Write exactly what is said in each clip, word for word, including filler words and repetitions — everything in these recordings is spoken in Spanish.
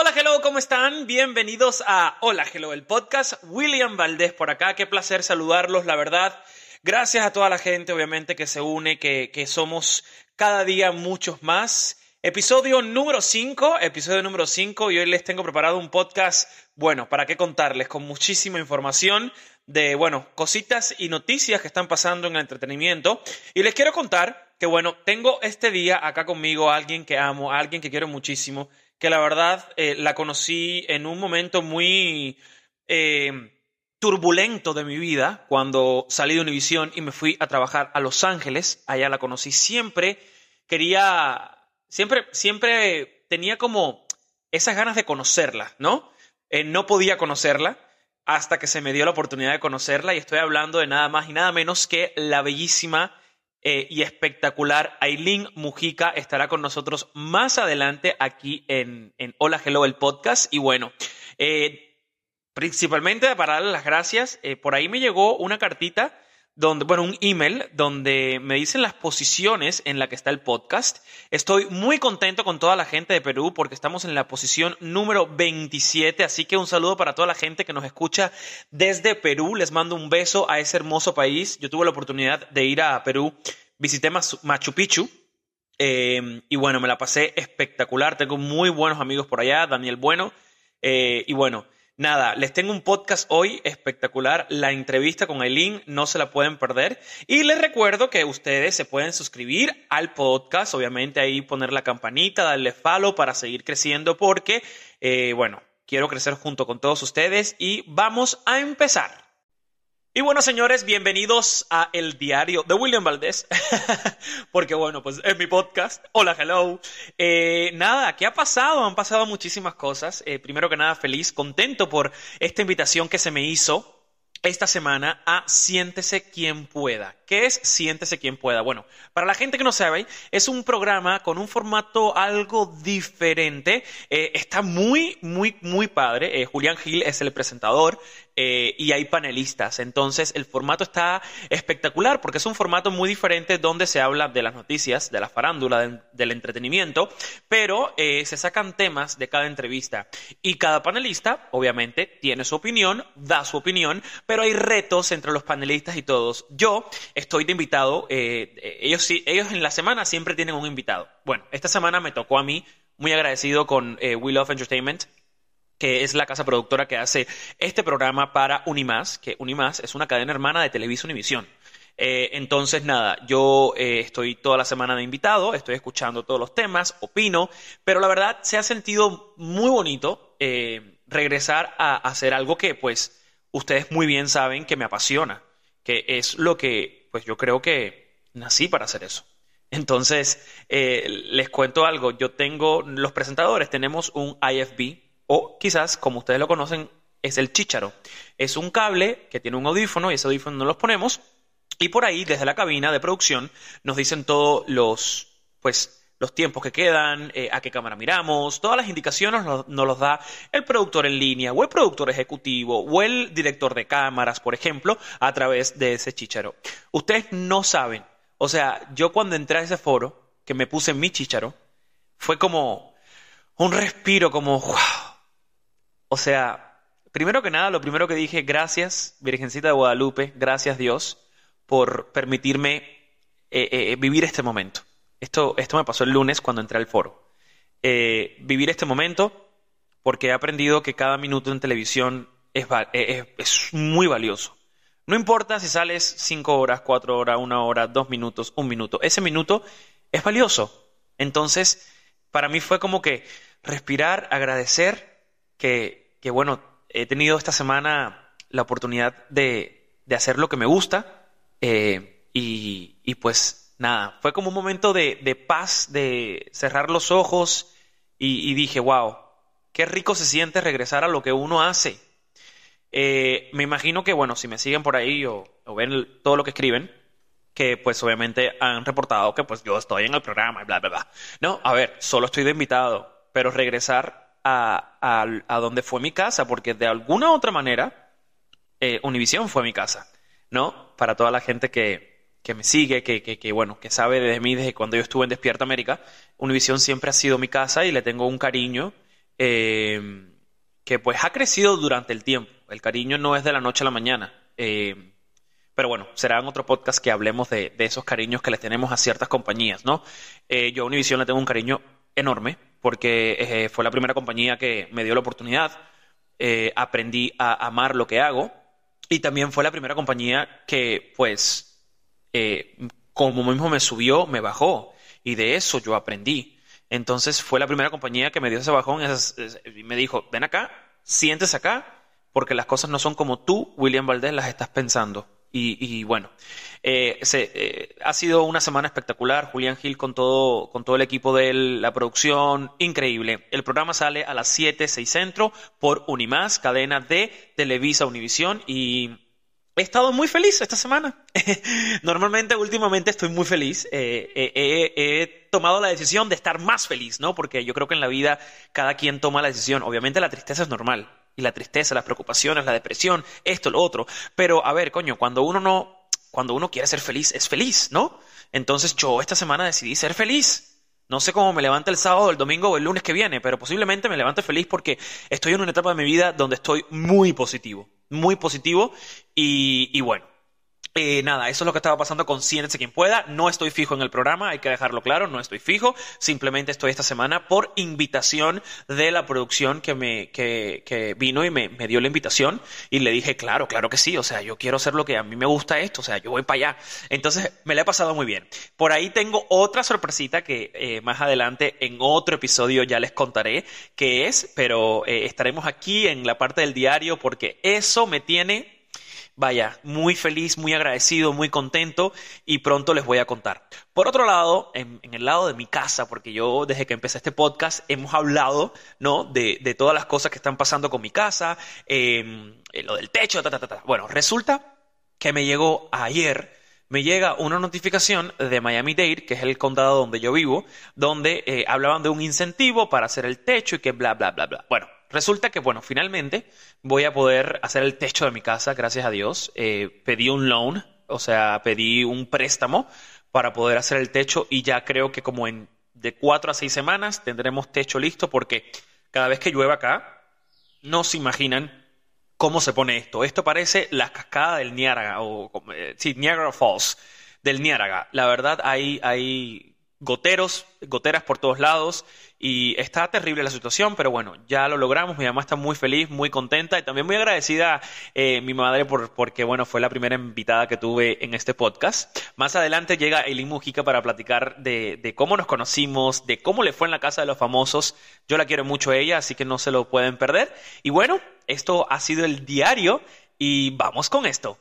Hola, hello, ¿cómo están? Bienvenidos a Hola, hello, el podcast. William Valdés por acá, qué placer saludarlos, la verdad. Gracias a toda la gente, obviamente, que se une, que, que somos cada día muchos más. Episodio número cinco, episodio número cinco, y hoy les tengo preparado un podcast, bueno, para qué contarles, con muchísima información de, bueno, cositas y noticias que están pasando en el entretenimiento. Y les quiero contar que, bueno, tengo este día acá conmigo a alguien que amo, a alguien que quiero muchísimo, que la verdad eh, la conocí en un momento muy eh, turbulento de mi vida, cuando salí de Univisión y me fui a trabajar a Los Ángeles. Allá la conocí. Siempre quería... Siempre, siempre tenía como esas ganas de conocerla, ¿no? Eh, no podía conocerla hasta que se me dio la oportunidad de conocerla, y estoy hablando de nada más y nada menos que la bellísima eh, y espectacular Ailín Mujica. Estará con nosotros más adelante aquí en, en Hola, hello, el podcast. Y bueno, eh, principalmente para darle las gracias, eh, por ahí me llegó una cartita donde, bueno, un email donde me dicen las posiciones en la que está el podcast. Estoy muy contento con toda la gente de Perú porque estamos en la posición número veintisiete, así que un saludo para toda la gente que nos escucha desde Perú. Les mando un beso a ese hermoso país. Yo tuve la oportunidad de ir a Perú, visité Machu Picchu eh, y bueno, me la pasé espectacular. Tengo muy buenos amigos por allá, Daniel Bueno, eh, y bueno, nada, les tengo un podcast hoy espectacular, la entrevista con Ailín, no se la pueden perder. Y les recuerdo que ustedes se pueden suscribir al podcast, obviamente ahí poner la campanita, darle follow para seguir creciendo porque, eh, bueno, quiero crecer junto con todos ustedes y vamos a empezar. Y bueno, señores, bienvenidos a El Diario de William Valdés, porque bueno, pues es mi podcast. Hola, hello. Eh, nada, ¿qué ha pasado? Han pasado muchísimas cosas. Eh, primero que nada, feliz, contento por esta invitación que se me hizo esta semana a Siéntese Quien Pueda. ¿Qué es Siéntese Quien Pueda? Bueno, para la gente que no sabe, es un programa con un formato algo diferente. Eh, está muy, muy, muy padre. Eh, Julián Gil es el presentador eh, y hay panelistas. Entonces, el formato está espectacular porque es un formato muy diferente donde se habla de las noticias, de la farándula, del, del entretenimiento, pero eh, se sacan temas de cada entrevista. Y cada panelista, obviamente, tiene su opinión, da su opinión, pero hay retos entre los panelistas y todos. Yo estoy de invitado. Eh, ellos, sí, ellos en la semana siempre tienen un invitado. Bueno, esta semana me tocó a mí, muy agradecido con eh, We Love Entertainment, que es la casa productora que hace este programa para Unimás, que Unimás es una cadena hermana de Televisa Univisión. Eh, entonces, nada, yo eh, estoy toda la semana de invitado, estoy escuchando todos los temas, opino, pero la verdad se ha sentido muy bonito eh, regresar a hacer algo que, pues, ustedes muy bien saben que me apasiona, que es lo que, pues yo creo que nací para hacer eso. Entonces, eh, les cuento algo. Yo tengo, los presentadores tenemos un I F B, o quizás, como ustedes lo conocen, es el chícharo. Es un cable que tiene un audífono y ese audífono nos los ponemos y por ahí, desde la cabina de producción, nos dicen todos los, pues, los tiempos que quedan, eh, a qué cámara miramos, todas las indicaciones nos, nos los da el productor en línea o el productor ejecutivo o el director de cámaras, por ejemplo, a través de ese chícharo. Ustedes no saben, o sea, yo cuando entré a ese foro, que me puse en mi chícharo, fue como un respiro, como wow. O sea, primero que nada, lo primero que dije, gracias Virgencita de Guadalupe, gracias Dios por permitirme eh, eh, vivir este momento. Esto, esto me pasó el lunes cuando entré al foro. Eh, vivir este momento porque he aprendido que cada minuto en televisión es, es, es muy valioso. No importa si sales cinco horas, cuatro horas, una hora, dos minutos, un minuto. Ese minuto es valioso. Entonces, para mí fue como que respirar, agradecer que, que bueno, he tenido esta semana la oportunidad de, de hacer lo que me gusta eh, y, y pues... Nada, fue como un momento de, de paz, de cerrar los ojos y, y dije, wow, qué rico se siente regresar a lo que uno hace. Eh, me imagino que, bueno, si me siguen por ahí o, o ven el, todo lo que escriben, que pues obviamente han reportado que pues yo estoy en el programa y bla, bla, bla. No, a ver, solo estoy de invitado, pero regresar a, a, a donde fue mi casa, porque de alguna u otra manera eh, Univisión fue mi casa, ¿no? Para toda la gente que... que me sigue, que, que, que, bueno, que sabe de mí desde cuando yo estuve en Despierta América, Univisión siempre ha sido mi casa y le tengo un cariño eh, que pues ha crecido durante el tiempo. El cariño no es de la noche a la mañana. Eh, pero bueno, será en otro podcast que hablemos de, de esos cariños que les tenemos a ciertas compañías, ¿no? Eh, yo a Univision le tengo un cariño enorme porque eh, fue la primera compañía que me dio la oportunidad. Eh, aprendí a amar lo que hago y también fue la primera compañía que pues eh, como mismo me subió, me bajó y de eso yo aprendí. Entonces fue la primera compañía que me dio ese bajón y me dijo, ven acá, siéntese acá porque las cosas no son como tú, William Valdés, las estás pensando. Y, y bueno, eh, se, eh, ha sido una semana espectacular. Julián Gil con todo, con todo el equipo de él, la producción, increíble. El programa sale a las siete, seis Centro por Unimás, cadena de Televisa Univisión. Y he estado muy feliz esta semana. Normalmente, últimamente estoy muy feliz. Eh, eh, eh, he tomado la decisión de estar más feliz, ¿no? Porque yo creo que en la vida cada quien toma la decisión. Obviamente la tristeza es normal. Y la tristeza, las preocupaciones, la depresión, esto, lo otro. Pero, a ver, coño, cuando uno no, cuando uno quiere ser feliz, es feliz, ¿no? Entonces yo esta semana decidí ser feliz. No sé cómo me levante el sábado, el domingo o el lunes que viene, pero posiblemente me levante feliz porque estoy en una etapa de mi vida donde estoy muy positivo. Muy positivo y, y bueno. Eh, nada, eso es lo que estaba pasando con Siéntese quien pueda. No estoy fijo en el programa, hay que dejarlo claro, no estoy fijo. Simplemente estoy esta semana por invitación de la producción que me que, que vino y me, me dio la invitación. Y le dije, claro, claro que sí. O sea, yo quiero hacer lo que a mí me gusta esto. O sea, yo voy para allá. Entonces, me la he pasado muy bien. Por ahí tengo otra sorpresita que eh, más adelante en otro episodio ya les contaré qué es. Pero eh, estaremos aquí en la parte del diario porque eso me tiene... Vaya, muy feliz, muy agradecido, muy contento y pronto les voy a contar. Por otro lado, en, en el lado de mi casa, porque yo desde que empecé este podcast hemos hablado, ¿no? de, de todas las cosas que están pasando con mi casa, eh, lo del techo, ta, ta, ta, ta. Bueno, resulta que me llegó ayer, me llega una notificación de Miami-Dade, que es el condado donde yo vivo, donde eh, hablaban de un incentivo para hacer el techo y que bla, bla, bla, bla. Bueno. Resulta que, bueno, finalmente voy a poder hacer el techo de mi casa, gracias a Dios. Eh, pedí un loan, o sea, pedí un préstamo para poder hacer el techo y ya creo que como en de cuatro a seis semanas tendremos techo listo porque cada vez que llueve acá, no se imaginan cómo se pone esto. Esto parece la cascada del Niágara, o eh, sí, Niagara Falls, del Niágara. La verdad, hay... hay goteros, goteras por todos lados y está terrible la situación, pero bueno, ya lo logramos. Mi mamá está muy feliz, muy contenta y también muy agradecida eh, mi madre por, porque bueno, fue la primera invitada que tuve en este podcast. Más adelante llega Ailín Mujica para platicar de, de cómo nos conocimos, de cómo le fue en la casa de los famosos. Yo la quiero mucho a ella, así que no se lo pueden perder. Y bueno, esto ha sido el diario y vamos con esto.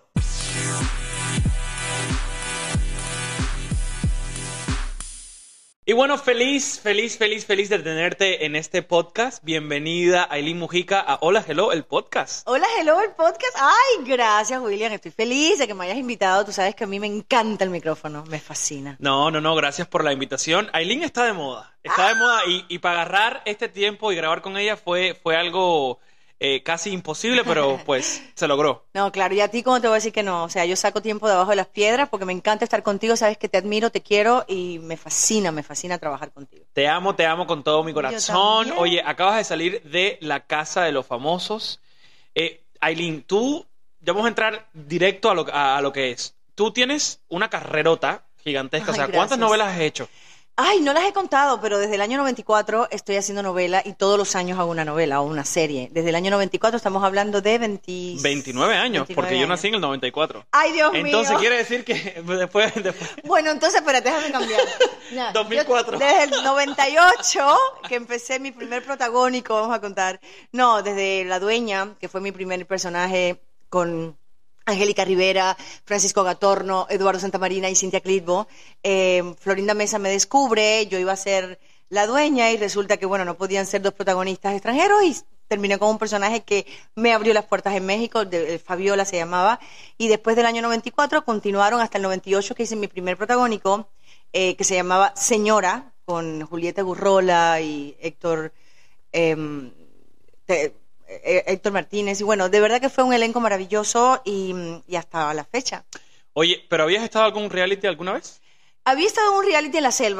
Y bueno, feliz, feliz, feliz, feliz de tenerte en este podcast. Bienvenida, Ailín Mujica, a Hola, Hello, el podcast. Hola, Hello, el podcast. Ay, gracias, William. Estoy feliz de que me hayas invitado. Tú sabes que a mí me encanta el micrófono, me fascina. No, no, no, gracias por la invitación. Ailín está de moda, está ah. de moda y, y para agarrar este tiempo y grabar con ella fue, fue algo... Eh, casi imposible, pero pues se logró. No, claro, y a ti cómo te voy a decir que no, o sea, yo saco tiempo de abajo de las piedras porque me encanta estar contigo, sabes que te admiro, te quiero y me fascina, me fascina trabajar contigo. Te amo, te amo con todo mi corazón. Oye, acabas de salir de la casa de los famosos. Eh, Ailín, tú, ya vamos a entrar directo a lo, a, a lo que es. Tú tienes una carrerota gigantesca, Ay, o sea, gracias. ¿Cuántas novelas has hecho? Ay, no las he contado, pero desde el año noventa y cuatro estoy haciendo novela y todos los años hago una novela o una serie. Desde el año noventa y cuatro estamos hablando de veinte... veintinueve años, veintinueve porque años. Yo nací en el noventa y cuatro. Ay, Dios entonces, mío. Entonces quiere decir que después... después... Bueno, entonces, espérate, déjame cambiar. No, dos mil cuatro. Yo, desde el noventa y ocho, que empecé mi primer protagónico, vamos a contar. No, desde La Dueña, que fue mi primer personaje con... Angélica Rivera, Francisco Gatorno, Eduardo Santamarina y Cintia Clitbo. Eh, Florinda Mesa me descubre, yo iba a ser la dueña y resulta que, bueno, no podían ser dos protagonistas extranjeros y terminé con un personaje que me abrió las puertas en México, de, Fabiola se llamaba, y después del año noventa y cuatro continuaron hasta el noventa y ocho que hice mi primer protagónico, eh, que se llamaba Señora, con Julieta Gurrola y Héctor... Eh, te, Héctor Martínez, y bueno, de verdad que fue un elenco maravilloso y, y hasta la fecha. Oye, ¿pero habías estado en algún reality alguna vez? Había estado en un reality en la selva,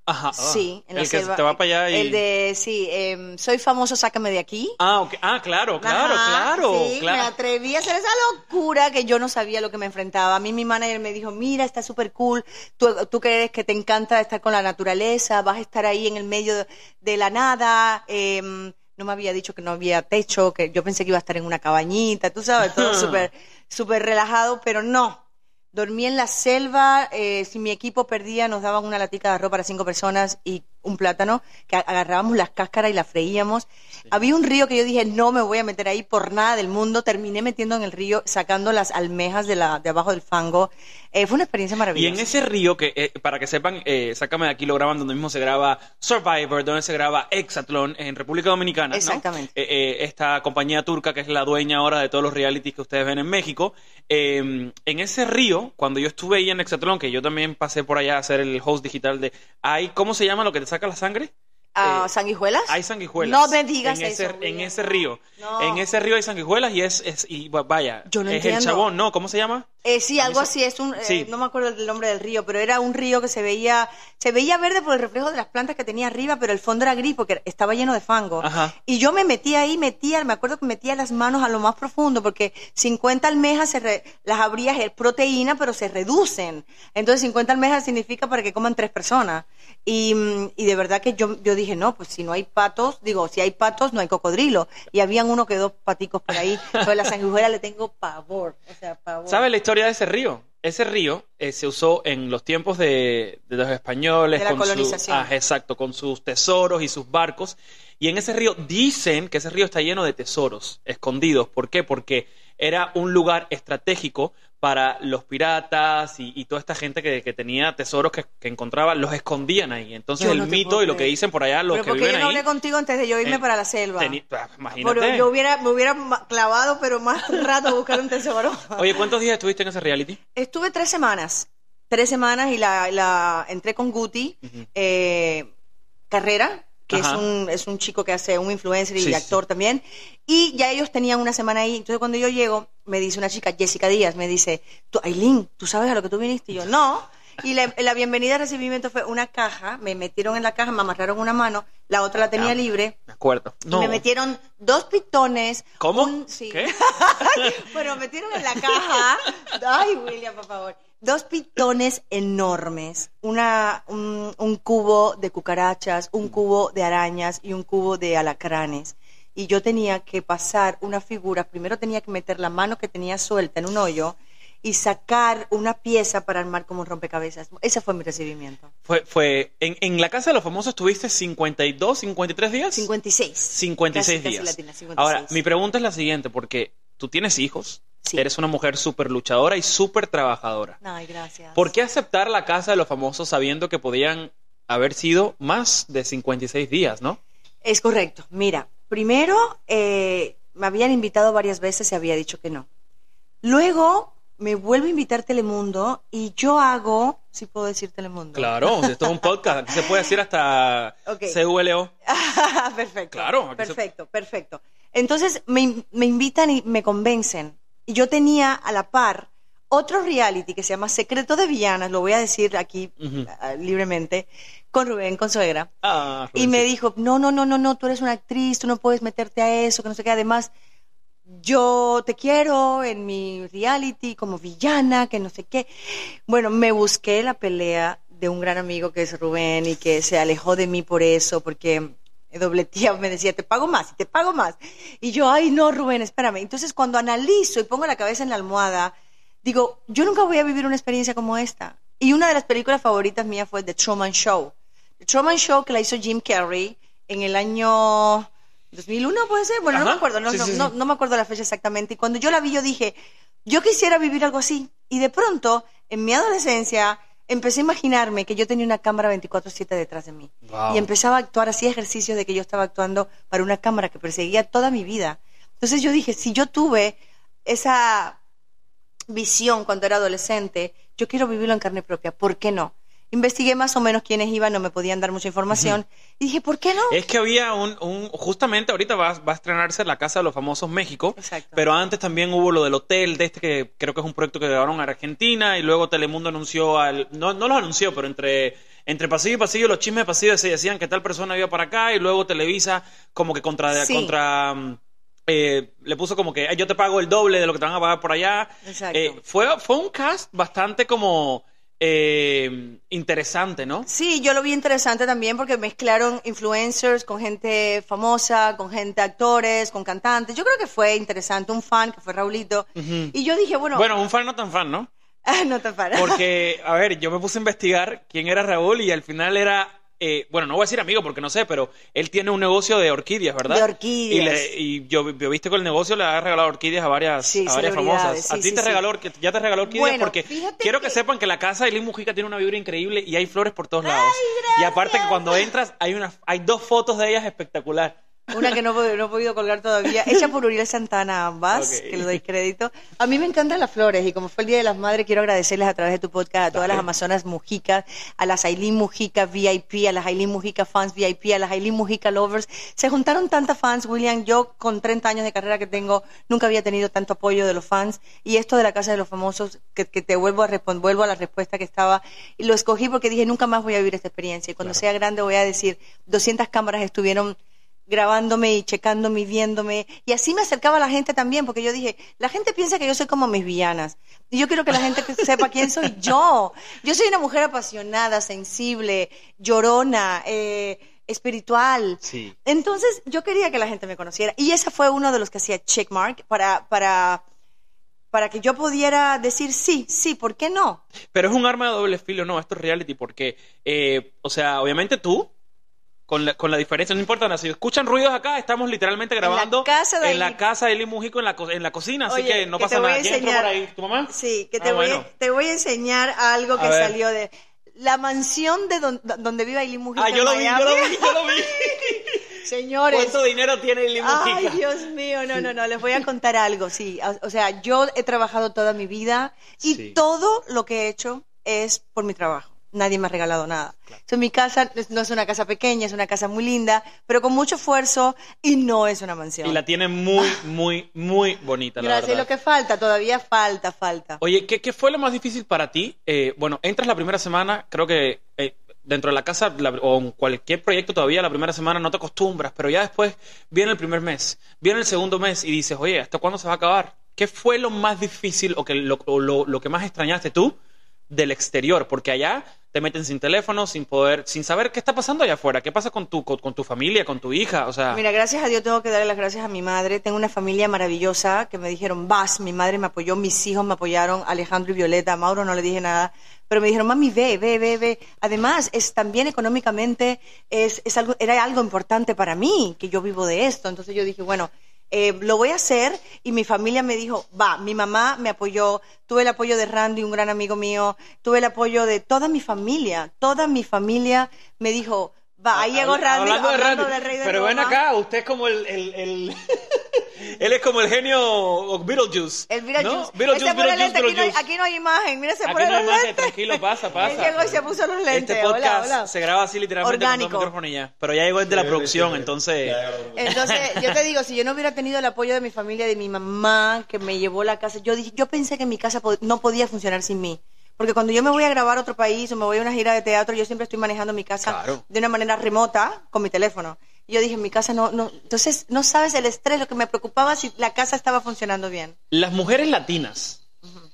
Ajá. Sí, en la El que selva. te va para allá y... El de, sí, em, soy famoso, sácame de aquí. Ah, ok. Ah, claro, claro, Ajá, claro. sí, claro. me atreví a hacer esa locura que yo no sabía lo que me enfrentaba. A mí mi manager me dijo, mira, está súper cool, tú, tú que eres que te encanta estar con la naturaleza, vas a estar ahí en el medio de, de la nada. Eh, no me había dicho que no había techo, que yo pensé que iba a estar en una cabañita, tú sabes, todo súper súper relajado, pero no. Dormí en la selva, eh, si mi equipo perdía nos daban una latica de arroz para cinco personas y un plátano, que agarrábamos las cáscaras y las freíamos. Sí. Había un río que yo dije, no me voy a meter ahí por nada del mundo. Terminé metiendo en el río, sacando las almejas de, la, de abajo del fango. Eh, fue una experiencia maravillosa. Y en ese río, que eh, para que sepan, eh, Sácame de aquí lo graban donde mismo se graba Survivor, donde se graba Exatlón, en República Dominicana, exactamente. ¿no? Eh, eh, esta compañía turca que es la dueña ahora de todos los realities que ustedes ven en México. Eh, en ese río, cuando yo estuve ahí en Exatlón, que yo también pasé por allá a ser el host digital de... Hay, ¿cómo se llama lo que te saca la sangre? Uh, eh, ¿Sanguijuelas? Hay sanguijuelas. No me digas en ese, eso. En ese río. No. En ese río hay sanguijuelas y es... es y vaya, yo no es entiendo. El Chabón, ¿no? ¿Cómo se llama? Eh, sí, algo así. Es un, sí. eh, no me acuerdo el nombre del río, pero era un río que se veía se veía verde por el reflejo de las plantas que tenía arriba, pero el fondo era gris porque estaba lleno de fango. Ajá. Y yo me metía ahí, metía, me acuerdo que metía las manos a lo más profundo porque cincuenta almejas se re, las abrías, es proteína, pero se reducen. Entonces cincuenta almejas significa para que coman tres personas. Y, y de verdad que yo, yo dije, no, pues si no hay patos, digo, si hay patos no hay cocodrilo. Y habían uno que dos paticos por ahí. Pero a la sanguijuela le tengo pavor. O sea, pavor. ¿Sabes la historia de ese río? Ese río eh, se usó en los tiempos de, de los españoles. De la con colonización. Su, ah, exacto, con sus tesoros y sus barcos. Y en ese río dicen que ese río está lleno de tesoros escondidos. ¿Por qué? Porque era un lugar estratégico para los piratas y, y toda esta gente que, que tenía tesoros que, que encontraba, los escondían ahí. Entonces yo el no mito y lo que dicen por allá, los pero que porque viven yo no ahí... hablé contigo antes de yo irme eh, para la selva. Teni, imagínate. Pero yo hubiera, me hubiera clavado, pero más rato a buscar un tesoro. Oye, ¿cuántos días estuviste en ese reality? Estuve tres semanas. Tres semanas y la, la entré con Guti, uh-huh. eh, Carrera, que es un, es un chico que hace un influencer y sí, actor sí. también, y ya ellos tenían una semana ahí. Entonces cuando yo llego, me dice una chica, Jessica Díaz, me dice, Aileen, ¿tú sabes a lo que tú viniste? Y yo, no. Y la, la bienvenida al recibimiento fue una caja, me metieron en la caja, me amarraron una mano, la otra la tenía ah, libre. Me acuerdo. Y no. me metieron dos pitones. ¿Cómo? Un, sí. ¿Qué? Bueno, me metieron en la caja. Ay, William, por favor. Dos pitones enormes, una, un, un cubo de cucarachas, un cubo de arañas y un cubo de alacranes. Y yo tenía que pasar una figura, primero tenía que meter la mano que tenía suelta en un hoyo y sacar una pieza para armar como un rompecabezas. Ese fue mi recibimiento. Fue, fue en, en la Casa de los Famosos estuviste cincuenta y dos, cincuenta y tres días. cincuenta y seis. cincuenta y seis casi, días. casi latina, cincuenta y seis. Ahora, mi pregunta es la siguiente, porque tú tienes hijos. Sí. Eres una mujer súper luchadora y súper trabajadora. Ay, gracias. ¿Por qué aceptar la Casa de los Famosos sabiendo que podían haber sido más de cincuenta y seis días, no? Es correcto. Mira, primero eh, me habían invitado varias veces y había dicho que no. Luego me vuelve a invitar Telemundo y yo hago, si ¿sí puedo decir Telemundo. Claro, esto es un podcast, aquí se puede decir hasta okay. C U L O. Perfecto. Claro. Perfecto, se... perfecto. Entonces me, me invitan y me convencen. Y yo tenía a la par otro reality que se llama Secreto de Villanas, lo voy a decir aquí uh-huh. uh, libremente, con Rubén Consuegra. Ah, y me dijo, no, no, no, no, no, tú eres una actriz, tú no puedes meterte a eso, que no sé qué. Además, yo te quiero en mi reality como villana, que no sé qué. Bueno, me busqué la pelea de un gran amigo que es Rubén y que se alejó de mí por eso, porque... doble tía me decía, te pago más, y te pago más. Y yo, ay, no, Rubén, espérame. Entonces, cuando analizo y pongo la cabeza en la almohada, digo, yo nunca voy a vivir una experiencia como esta. Y una de las películas favoritas mías fue The Truman Show. The Truman Show, que la hizo Jim Carrey en el año dos mil uno, ¿puede ser? Bueno, Ajá. no me acuerdo, no, sí, no, sí, no, sí. no me acuerdo la fecha exactamente. Y cuando yo la vi, yo dije, yo quisiera vivir algo así. Y de pronto, en mi adolescencia... empecé a imaginarme que yo tenía una cámara veinticuatro siete detrás de mí. Wow. Y empezaba a actuar, hacía ejercicios de que yo estaba actuando para una cámara que perseguía toda mi vida. Entonces yo dije, si yo tuve esa visión cuando era adolescente, yo quiero vivirlo en carne propia, ¿por qué no? Investigué más o menos quiénes iban, no me podían dar mucha información. Uh-huh. Y dije, ¿por qué no? Es que había un... un justamente ahorita va, va a estrenarse La Casa de los Famosos México. Exacto. Pero antes también hubo lo del hotel, de este que creo que es un proyecto que llevaron a Argentina. Y luego Telemundo anunció al... No, no los anunció, pero entre... entre pasillo y pasillo, los chismes de pasillo se decían que tal persona iba para acá y luego Televisa como que contra... Sí. contra eh, le puso como que yo te pago el doble de lo que te van a pagar por allá. Exacto. Eh, fue, fue un cast bastante como... Eh, interesante, ¿no? Sí, yo lo vi interesante también porque mezclaron influencers con gente famosa, con gente actores, con cantantes. Yo creo que fue interesante. Un fan que fue Raulito. Uh-huh. Y yo dije, bueno... Bueno, un fan no tan fan, ¿no? no te paras. Porque, a ver, yo me puse a investigar quién era Raúl y al final era... Eh, bueno, no voy a decir amigo porque no sé, pero él tiene un negocio de orquídeas, ¿verdad? De orquídeas. Y, le, y yo, yo viste con el negocio le ha regalado orquídeas a varias, Sí, a varias famosas. sí, a ti sí, te sí. regaló, orqui- ya te regaló orquídeas Bueno, porque fíjate quiero que... que- sepan que la casa de Eileen Mujica tiene una vibra increíble y hay flores por todos lados. gracias. Y aparte que cuando entras hay una, hay dos fotos de ellas espectacular. Una que no, he- no he podido colgar todavía, hecha por Uriel Santana ambas, Ok. que le doy crédito. A mí me encantan las flores y como fue el Día de las Madres, quiero agradecerles a través de tu podcast a todas Dale. las Amazonas Mujica, a las Aileen Mujica V I P, a las Aileen Mujica fans V I P, a las Aileen Mujica lovers. Se juntaron tantas fans, William. Yo con treinta años de carrera que tengo, nunca había tenido tanto apoyo de los fans. Y esto de la Casa de los Famosos, que, que te vuelvo a responder, vuelvo a la respuesta que estaba, y lo escogí porque dije, nunca más voy a vivir esta experiencia. Y cuando Claro. sea grande voy a decir, doscientas cámaras estuvieron grabándome y checándome y viéndome, y así me acercaba a la gente también, porque yo dije, la gente piensa que yo soy como mis villanas, y yo quiero que la gente sepa quién soy yo. Yo soy una mujer apasionada, sensible, llorona, eh, espiritual. Sí. Entonces yo quería que la gente me conociera, y ese fue uno de los que hacía checkmark para, para, para que yo pudiera decir sí, sí, ¿por qué no? Pero es un arma de doble filo, no, esto es reality porque, eh, o sea, obviamente tú, con la, con la diferencia, no importa nada, si escuchan ruidos acá, estamos literalmente grabando casa de en Eileen. la casa de Eileen Mujica en la, co- en la cocina, así Oye, que no que pasa te voy nada. a ¿Quién entró enseñar- por ahí? ¿Tu mamá? Sí, que te, Ah, voy, bueno. a, te voy a enseñar algo que A ver. salió de la mansión de don- donde vive Aileen Mujica. Ah, yo en lo vi, yo Miami. lo vi, yo lo vi. Señores. ¿Cuánto dinero tiene Eileen Mujica? Ay, Dios mío, no, no, no, les voy a contar algo, sí. O, o sea, yo he trabajado toda mi vida y Sí. todo lo que he hecho es por mi trabajo. Nadie me ha regalado nada. Claro. So, mi casa es- no es una casa pequeña, es una casa muy linda, pero con mucho esfuerzo y no es una mansión. Y la tiene muy, muy, muy bonita, la Gracias, verdad. lo que falta, todavía falta, falta. Oye, ¿qué, qué fue lo más difícil para ti? Eh, bueno, entras la primera semana, creo que eh, dentro de la casa la- o en cualquier proyecto todavía la primera semana no te acostumbras, pero ya después viene el primer mes, viene el segundo mes y dices, oye, ¿hasta cuándo se va a acabar? ¿Qué fue lo más difícil o, que, lo, o lo, lo que más extrañaste tú del exterior? Porque allá te meten sin teléfono, sin poder, sin saber qué está pasando allá afuera, qué pasa con tu, con, con tu familia, con tu hija, o sea... Mira, gracias a Dios tengo que darle las gracias a mi madre. Tengo una familia maravillosa que me dijeron, vas, mi madre me apoyó, mis hijos me apoyaron, Alejandro y Violeta, a Mauro no le dije nada, pero me dijeron, mami, ve, ve, ve, ve. Además, es también económicamente, es, es algo, era algo importante para mí, que yo vivo de esto. Entonces yo dije, bueno, eh, lo voy a hacer, y mi familia me dijo, va, mi mamá me apoyó, tuve el apoyo de Randy, un gran amigo mío, tuve el apoyo de toda mi familia, toda mi familia me dijo, va, ahí llegó Habla- Randy, hablando de hablando Randy, del rey de pero ven Roma. acá, usted es como el... el, el... Él es como el genio Beetlejuice. El Beetlejuice. ¿no? Beetlejuice, Él se pone Beetlejuice, lente, aquí, no hay, Beetlejuice. aquí no hay imagen, mira, se Aquí pone no hay los más que lentes. tranquilo, pasa, pasa. Él llegó y se puso los lentes. Este podcast hola, hola. se graba así literalmente con Orgánico. dos micrófonos y ya. Pero ya llegó el de la producción, entonces... Entonces, yo te digo, si yo no hubiera tenido el apoyo de mi familia, de mi mamá, que me llevó a la casa, yo dije, yo pensé que mi casa po- no podía funcionar sin mí. Porque cuando yo me voy a grabar a otro país o me voy a una gira de teatro, yo siempre estoy manejando mi casa Claro. de una manera remota con mi teléfono. Y yo dije, mi casa no, no. Entonces, no sabes el estrés, lo que me preocupaba si la casa estaba funcionando bien. Las mujeres latinas,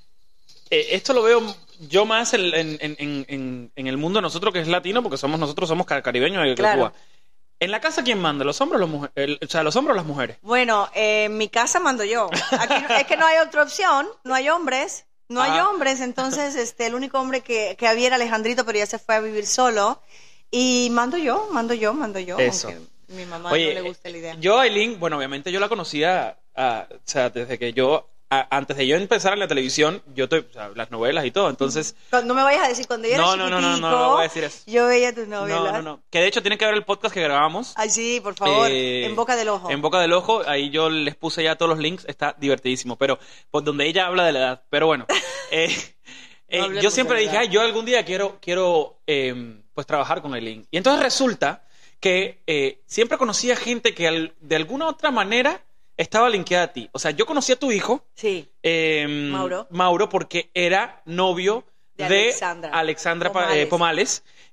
eh, esto lo veo yo más en, en- en- en- en el mundo de nosotros que es latino, porque somos nosotros somos car- caribeños de Claro. Cuba. En la casa, ¿quién manda? ¿Los hombres o, los mujeres? El- o sea, los hombres o las mujeres? Bueno, eh, en mi casa mando yo. Aquí no- es que no hay otra opción, no hay hombres, no hay Ah. hombres, entonces este, el único hombre que, que había era Alejandrito, pero ya se fue a vivir solo. Y mando yo, mando yo, mando yo. Eso. Aunque a mi mamá Oye, no le gusta la idea. yo a Eileen, bueno, obviamente yo la conocía, ah, o sea, desde que yo, ah, antes de yo empezar en la televisión, yo, te, o sea, las novelas y todo, entonces... No me vayas a decir, cuando yo era No, no, no, no, no, chiquitico, no voy a decir eso. yo veía tus novelas. No, no, no. Que de hecho tienen que ver el podcast que grabamos. Ay, sí, por favor, Eh, en boca del ojo. En Boca del Ojo, ahí yo les puse ya todos los links, está divertidísimo, pero por donde ella habla de la edad. Pero bueno, eh, eh, No hablemos yo siempre de la dije, edad. ay, yo algún día quiero, quiero eh, pues trabajar con Eileen. Y entonces resulta que eh, siempre conocía gente que al- de alguna otra manera estaba linkeada a ti. O sea, yo conocí a tu hijo, Sí, eh, Mauro. Mauro, porque era novio De de, Alexandra Alexandra Pa- Pomales. eh, Pomales,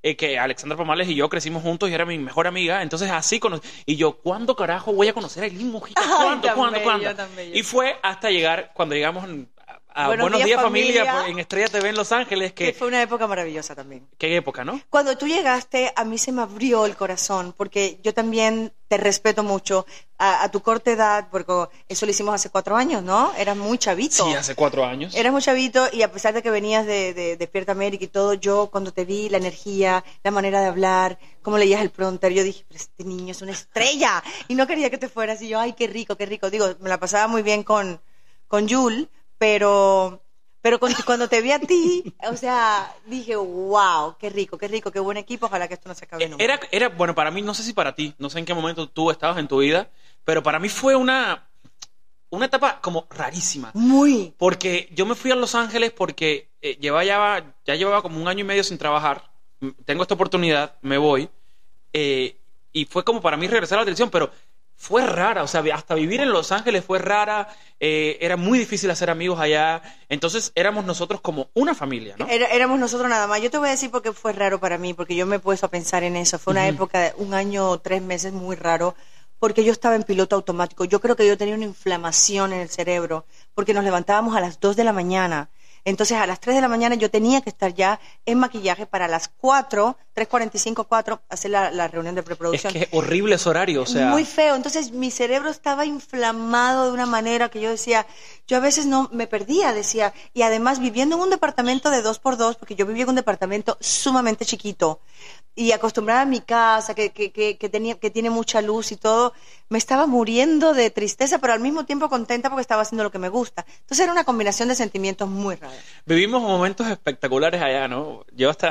eh, que Alexandra Pamales y yo crecimos juntos y era mi mejor amiga. Entonces así conocí. Y yo, ¿cuándo carajo voy a conocer a Eileen Mujica? ¿Cuándo, Ay, cuándo, bello, cuándo? tan bello. Y fue hasta llegar, cuando llegamos a Buenos Buenos Días, Días, Familia, Familia, por- en Estrella T V en Los Ángeles, Que que, fue una época maravillosa también. qué época, ¿no? Cuando tú llegaste, a mí se me abrió el corazón, porque yo también te respeto mucho a, a tu corta edad, porque eso lo hicimos hace cuatro años, ¿no? Eras muy chavito. Sí, hace cuatro años. Eras muy chavito y a pesar de que venías de, de Despierta América y todo, yo cuando te vi, la energía, la manera de hablar, cómo leías el prompter, yo dije, pero este niño es una estrella. Y no quería que te fueras. Y yo, ay, qué rico, qué rico. Digo, me la pasaba muy bien con, con Yul, pero... Pero con- cuando te vi a ti, o sea, dije, wow, qué rico, qué rico, qué buen equipo, ojalá que esto no se acabe nunca. Era, era, bueno, para mí, no sé si para ti, no sé en qué momento tú estabas en tu vida, pero para mí fue una, una etapa como rarísima. Muy. Porque yo me fui a Los Ángeles porque eh, llevaba ya, ya llevaba como un año y medio sin trabajar. M- Tengo esta oportunidad, me voy. eh, y fue como para mí regresar a la televisión, pero fue rara. O sea, hasta vivir en Los Ángeles fue rara. eh, era muy difícil hacer amigos allá. Entonces éramos nosotros como una familia, ¿no? Era- éramos nosotros nada más. Yo te voy a decir por qué fue raro para mí, porque yo me he puesto a pensar en eso. Fue una Ujú. época, un año o tres meses muy raro, porque yo estaba en piloto automático. Yo creo que yo tenía una inflamación en el cerebro, porque nos levantábamos a las dos de la mañana. Entonces, a las tres de la mañana yo tenía que estar ya en maquillaje para las cuatro, tres cuarenta y cinco, cuatro, hacer la, la reunión de Es preproducción. que es horrible ese horario, o sea... Muy feo. Entonces mi cerebro estaba inflamado de una manera que yo decía, yo a veces no me perdía, decía, y además viviendo en un departamento de dos por dos, porque yo vivía en un departamento sumamente chiquito y acostumbrada a mi casa, que, que, que, que tenía, que tiene mucha luz y todo, me estaba muriendo de tristeza, pero al mismo tiempo contenta porque estaba haciendo lo que me gusta. Entonces era una combinación de sentimientos muy rara. Vivimos momentos espectaculares allá, ¿no? Yo hasta...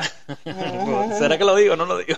¿Será que lo digo o no lo digo?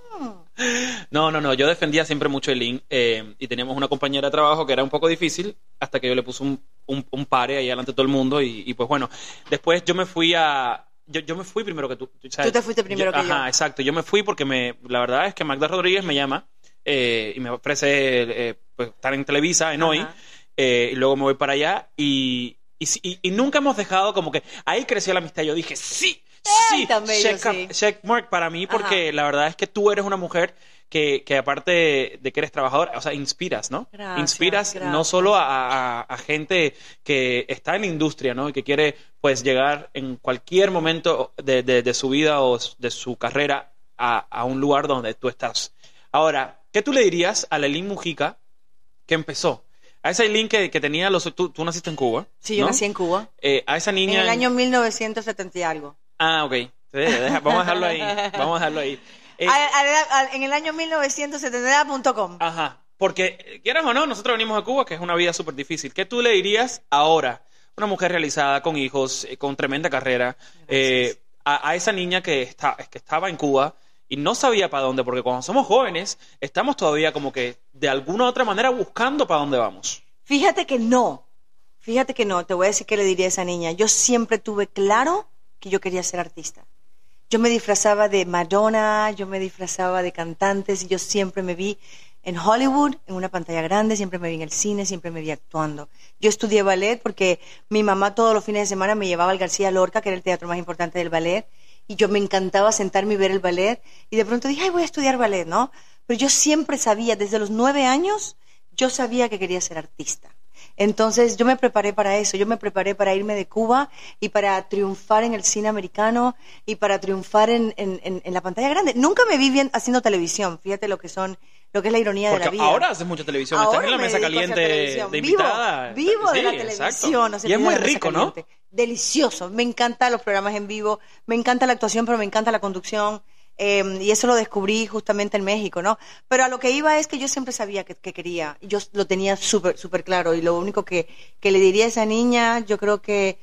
No, no, no. Yo defendía siempre mucho el Eileen eh, y teníamos una compañera de trabajo que era un poco difícil hasta que yo le puse un, un, un pare ahí delante de todo el mundo y, y pues bueno, después yo me fui a... Yo, yo me fui primero que tú. tú sabes. Tú te fuiste primero que yo. Ajá, exacto. Yo me fui porque me, la verdad es que Magda Rodríguez me llama eh, y me ofrece eh, pues, estar en Televisa, en Hoy, Ajá. eh, y luego me voy para allá y, y, sí- y- y nunca hemos dejado como que... Ahí creció la amistad. Yo dije, sí, Ay, sí, tan bello, check, up- sí. check mark para mí porque Ajá. la verdad es que tú eres una mujer que, que aparte de que eres trabajadora, o sea, inspiras, ¿no? Gracias, Inspiras no gracias. solo a, a- a gente que está en la industria, ¿no? Y que quiere, pues, llegar en cualquier momento de, de- de su vida o de su carrera a, a un lugar donde tú estás. Ahora, ¿qué tú le dirías a la Eileen Mujica que empezó? A esa Eileen que, que tenía los... Tú, tú naciste en Cuba, Sí, yo ¿no? nací en Cuba. Eh, a esa En niña... el año mil novecientos setenta y algo. Ah, ok. Deja- vamos a dejarlo ahí. Vamos a dejarlo ahí. Eh, Al- al- al- en el año mil novecientos setenta punto com. Ajá, porque eh, quieran o no, nosotros venimos de Cuba, que es una vida súper difícil. ¿Qué tú le dirías ahora? Una mujer realizada, con hijos, eh, con tremenda carrera, eh, a, a esa niña que, está, que estaba en Cuba y no sabía para dónde, porque cuando somos jóvenes estamos todavía como que de alguna u otra manera buscando para dónde vamos. Fíjate que no. Fíjate que no. Te voy a decir qué le diría a esa niña. Yo siempre tuve claro que yo quería ser artista. Yo me disfrazaba de Madonna, yo me disfrazaba de cantantes y yo siempre me vi en Hollywood, en una pantalla grande, siempre me vi en el cine, siempre me vi actuando. Yo estudié ballet porque mi mamá todos los fines de semana me llevaba al García Lorca, que era el teatro más importante del ballet, y yo me encantaba sentarme y ver el ballet, y de pronto dije, ay, voy a estudiar ballet, ¿no? Pero yo siempre sabía, desde los nueve años, yo sabía que quería ser artista. Entonces yo me preparé para eso, yo me preparé para irme de Cuba y para triunfar en el cine americano y para triunfar en, en, en, en la pantalla grande. Nunca me vi bien haciendo televisión, fíjate lo que son, lo que es la ironía Porque de la vida. ahora haces mucha televisión, estás Ahora en la me mesa dedico a hacer caliente televisión. de Vivo, invitada. Vivo de Sí, la exacto. televisión. no sé, Y es vivo muy de la mesa rico, ¿no? caliente. Delicioso. Me encantan los programas en vivo, me encanta la actuación, pero me encanta la conducción. Eh, y eso lo descubrí justamente en México, ¿no? Pero a lo que iba es que yo siempre sabía que, que quería. Yo lo tenía súper, súper claro. Y lo único que, que le diría a esa niña, yo creo que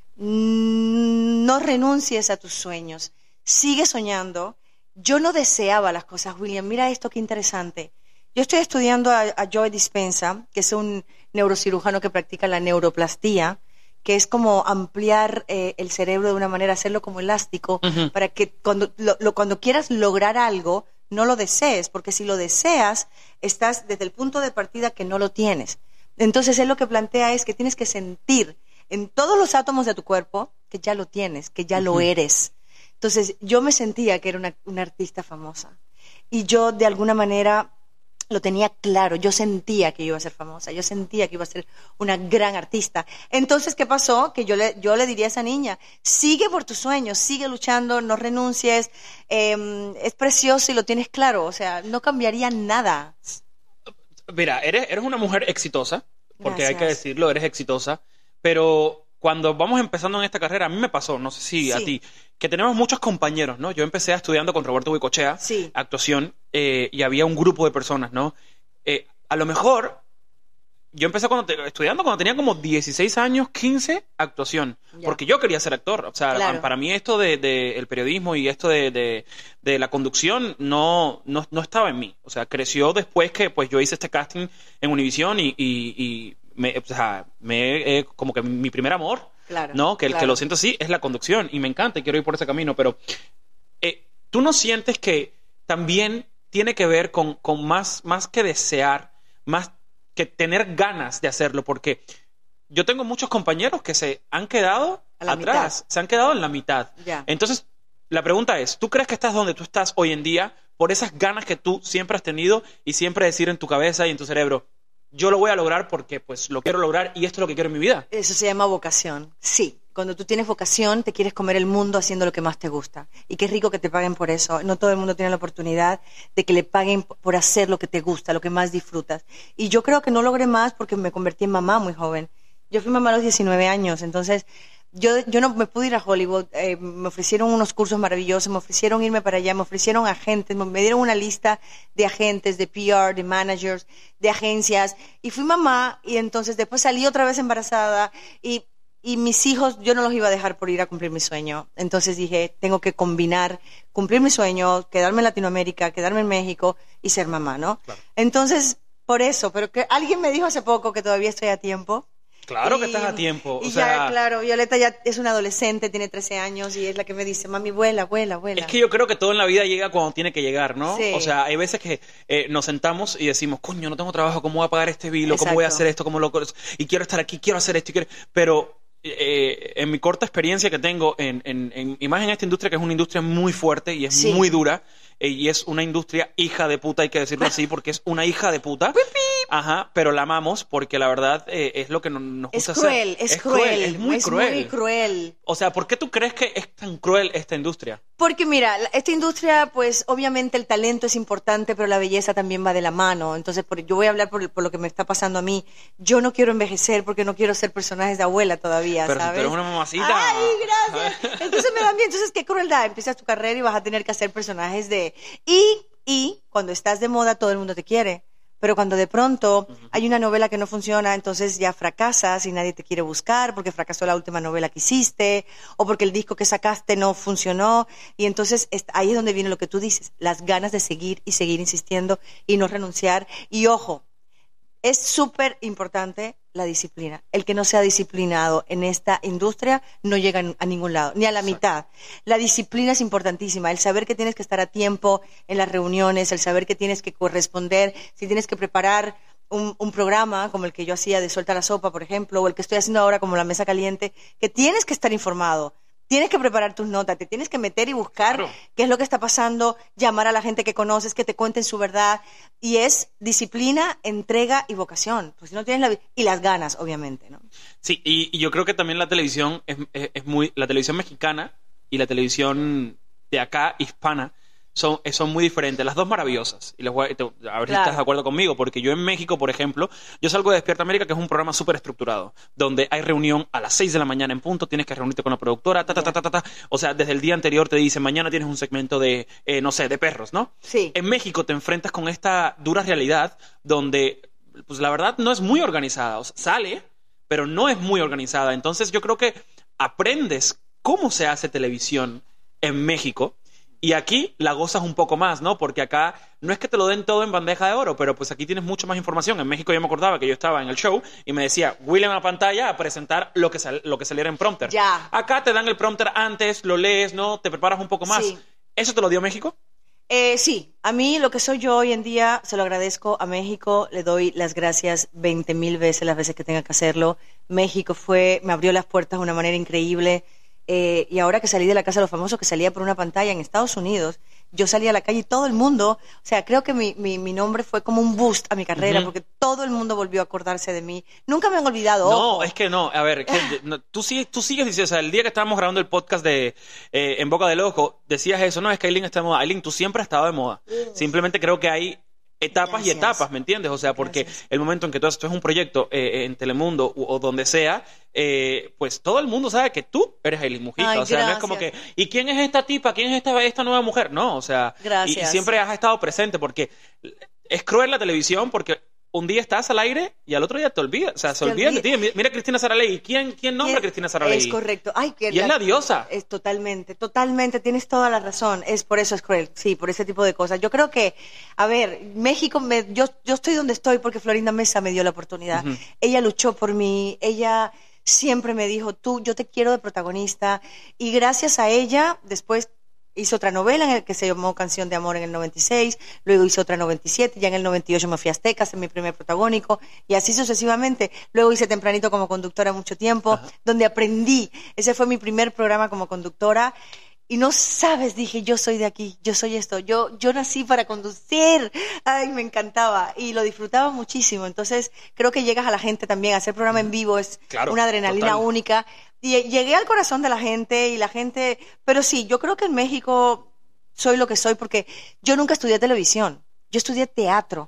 mm, no renuncies a tus sueños. Sigue soñando. Yo no deseaba las cosas, William. Mira esto, qué interesante. Yo estoy estudiando a, a Joe Dispenza, que es un neurocirujano que practica la neuroplastía, que es como ampliar eh, el cerebro de una manera, hacerlo como elástico, Ujú. para que cuando, lo, lo- cuando quieras lograr algo, no lo desees, porque si lo deseas, estás desde el punto de partida que no lo tienes. Entonces, él lo que plantea es que tienes que sentir en todos los átomos de tu cuerpo que ya lo tienes, que ya lo Ujú. eres. Entonces, yo me sentía que era una, una artista famosa. Y yo, de alguna manera, lo tenía claro. Yo sentía que iba a ser famosa. Yo sentía que iba a ser una gran artista. Entonces, ¿qué pasó? Que yo le, yo le diría a esa niña, sigue por tus sueños, sigue luchando, no renuncies. Eh, es precioso y lo tienes claro. O sea, no cambiaría nada. Mira, eres, eres una mujer exitosa, porque Gracias. hay que decirlo, eres exitosa, pero cuando vamos empezando en esta carrera, a mí me pasó, no sé si a Sí. ti, que tenemos muchos compañeros, ¿no? Yo empecé estudiando con Roberto Goicoechea, Sí. actuación, eh, y había un grupo de personas, ¿no? Eh, a lo mejor, yo empecé cuando te- estudiando cuando tenía como dieciséis años, quince, actuación, Ya. porque yo quería ser actor. O sea, Claro. para mí esto de, de el periodismo y esto de, de, de la conducción no, no, no estaba en mí. O sea, creció después que pues yo hice este casting en Univision y, y, y me, o sea, me, eh, como que mi primer amor, Claro, ¿no? Que, el que claro. lo siento así es la conducción y me encanta y quiero ir por ese camino, pero eh, ¿tú no sientes que también tiene que ver con, con más, más que desear, más que tener ganas de hacerlo? Porque yo tengo muchos compañeros que se han quedado A la atrás, mitad. se han quedado en la mitad. Ya. Entonces, la pregunta es, ¿tú crees que estás donde tú estás hoy en día por esas ganas que tú siempre has tenido y siempre decir en tu cabeza y en tu cerebro, yo lo voy a lograr porque pues lo quiero lograr y esto es lo que quiero en mi vida? Eso se llama vocación. Sí. Cuando tú tienes vocación, te quieres comer el mundo haciendo lo que más te gusta. Y qué rico que te paguen por eso. No todo el mundo tiene la oportunidad de que le paguen por hacer lo que te gusta, lo que más disfrutas. Y yo creo que no logré más porque me convertí en mamá muy joven. Yo fui mamá a los diecinueve años, entonces yo, yo no me pude ir a Hollywood. Eh, me ofrecieron unos cursos maravillosos, me ofrecieron irme para allá, me ofrecieron agentes, me, me dieron una lista de agentes, de P R, de managers, de agencias. Y fui mamá y entonces después salí otra vez embarazada y... Y mis hijos, yo no los iba a dejar por ir a cumplir mi sueño. Entonces dije, tengo que combinar, cumplir mi sueño, quedarme en Latinoamérica, quedarme en México y ser mamá, ¿no? Claro. Entonces, por eso, pero que alguien me dijo hace poco que todavía estoy a tiempo. Claro que Y- estás a tiempo. Y O sea, ya, claro, Violeta ya es una adolescente, tiene trece años y es la que me dice, mami, vuela, vuela, vuela. es que yo creo que todo en la vida llega cuando tiene que llegar, ¿no? Sí. O sea, hay veces que eh, nos sentamos y decimos, coño, no tengo trabajo, ¿cómo voy a pagar este bill? ¿Cómo voy a Exacto. hacer esto? ¿Cómo lo... Y quiero estar aquí, quiero hacer esto. Y quiero... Pero eh, en mi corta experiencia que tengo, en, en, en, y más en esta industria, que es una industria muy fuerte y es Sí. muy dura, eh, y es una industria hija de puta, hay que decirlo así, porque es una hija de puta. Ajá, pero la amamos porque la verdad eh, es lo que nos, nos Es gusta cruel, hacer. es, cruel, es muy cruel. muy cruel. O sea, ¿por qué tú crees que es tan cruel esta industria? Porque mira, la- esta industria, pues obviamente el talento es importante, pero la belleza también va de la mano. Entonces, por- yo voy a hablar por, por lo que me está pasando a mí. Yo no quiero envejecer porque no quiero ser personajes de abuela todavía, Pero si tú ¿sabes? eres una mamacita. Ay, gracias. Entonces me dan bien. Entonces, qué crueldad. Empiezas tu carrera y vas a tener que hacer personajes de... Y, y cuando estás de moda, todo el mundo te quiere. Pero cuando de pronto hay una novela que no funciona, entonces ya fracasas y nadie te quiere buscar porque fracasó la última novela que hiciste o porque el disco que sacaste no funcionó. Y entonces es- ahí es donde viene lo que tú dices, las ganas de seguir y seguir insistiendo y no renunciar. Y ojo, es súper importante la disciplina. El que no sea disciplinado en esta industria no llega a ningún lado, ni a la mitad. La disciplina es importantísima. El saber que tienes que estar a tiempo en las reuniones, el saber que tienes que corresponder, si tienes que preparar un, un programa como el que yo hacía de Suelta la Sopa, por ejemplo, o el que estoy haciendo ahora como La Mesa Caliente, que tienes que estar informado. Tienes que preparar tus notas, te tienes que meter y buscar Claro. qué es lo que está pasando, llamar a la gente que conoces, que te cuenten su verdad. Y es disciplina, entrega y vocación. Pues si no tienes la... vi- Y las ganas, obviamente, ¿no? Sí, y, y yo creo que también la televisión es, es- es muy... La televisión mexicana y la televisión de acá, hispana, son, eh, son muy diferentes. Las dos maravillosas. Y les voy a, te- a ver si Claro. estás de acuerdo conmigo, porque yo en México, por ejemplo, yo salgo de Despierta América, que es un programa súper estructurado, donde hay reunión a las seis de la mañana en punto, tienes que reunirte con la productora, ta, ta, ta, ta, ta, ta. O sea, desde el día anterior te dicen, mañana tienes un segmento de, eh, no sé, de perros, ¿no? Sí. En México te enfrentas con esta dura realidad donde, pues la verdad, no es muy organizada. O sea, sale, pero no es muy organizada. Entonces yo creo que aprendes cómo se hace televisión en México y aquí la gozas un poco más, ¿no? Porque acá no es que te lo den todo en bandeja de oro, pero pues aquí tienes mucha más información. En México yo me acordaba que yo estaba en el show y me decía, William a pantalla a presentar lo que, sal- lo que saliera en prompter. Ya. Acá te dan el prompter antes, lo lees, ¿no? Te preparas un poco más. Sí. ¿Eso te lo dio México? Eh, sí, a mí lo que soy yo hoy en día se lo agradezco a México, le doy las gracias veinte mil veces las veces que tenga que hacerlo. México fue, me abrió las puertas de una manera increíble. Eh, y ahora que salí de la Casa de los Famosos, que salía por una pantalla en Estados Unidos, yo salí a la calle y todo el mundo, o sea, creo que mi, mi, mi nombre fue como un boost a mi carrera, uh-huh. porque todo el mundo volvió a acordarse de mí. Nunca me han olvidado. No, ojo. es que no, a ver, que, no, tú, sigues, tú sigues diciendo, o sea, el día que estábamos grabando el podcast de eh, En Boca del Ojo, decías eso, no, es que Aileen está de moda. Aileen, tú siempre has estado de moda. Yes. Simplemente creo que hay etapas Gracias. y etapas, ¿me entiendes? O sea, porque Gracias. el momento en que tú haces un proyecto eh, en Telemundo o, o donde sea, eh, pues todo el mundo sabe que tú eres Aileen Mujica. Ay, o sea, gracias. no es como que, ¿y quién es esta tipa? ¿Quién es esta, esta nueva mujer? No, o sea, y, y siempre has estado presente porque es cruel la televisión porque un día estás al aire y al otro día te olvidas. O sea, se olvida de ti. Mira a Cristina Saralegui. ¿Quién, quién nombra a Cristina Saralegui? Es correcto. Ay, que y la, es la diosa. Es totalmente, totalmente. Tienes toda la razón. Es por eso es cruel. Sí, por ese tipo de cosas. Yo creo que, a ver, México, me, yo, yo estoy donde estoy porque Florinda Mesa me dio la oportunidad. Uh-huh. Ella luchó por mí. Ella siempre me dijo, tú, yo te quiero de protagonista. Y gracias a ella, después hizo otra novela en el que se llamó Canción de Amor en el noventa y seis, luego hizo otra en el noventa y siete, ya en el noventa y ocho me fui a Aztecas en mi primer protagónico y así sucesivamente. Luego hice Tempranito como conductora mucho tiempo, Ajá. donde aprendí. Ese fue mi primer programa como conductora y no sabes, dije, yo soy de aquí, yo soy esto, yo, yo nací para conducir. Ay, me encantaba y lo disfrutaba muchísimo. Entonces creo que llegas a la gente también, hacer programa en vivo es claro, una adrenalina total. única. Y llegué al corazón de la gente y la gente... Pero sí, yo creo que en México soy lo que soy porque yo nunca estudié televisión. Yo estudié teatro.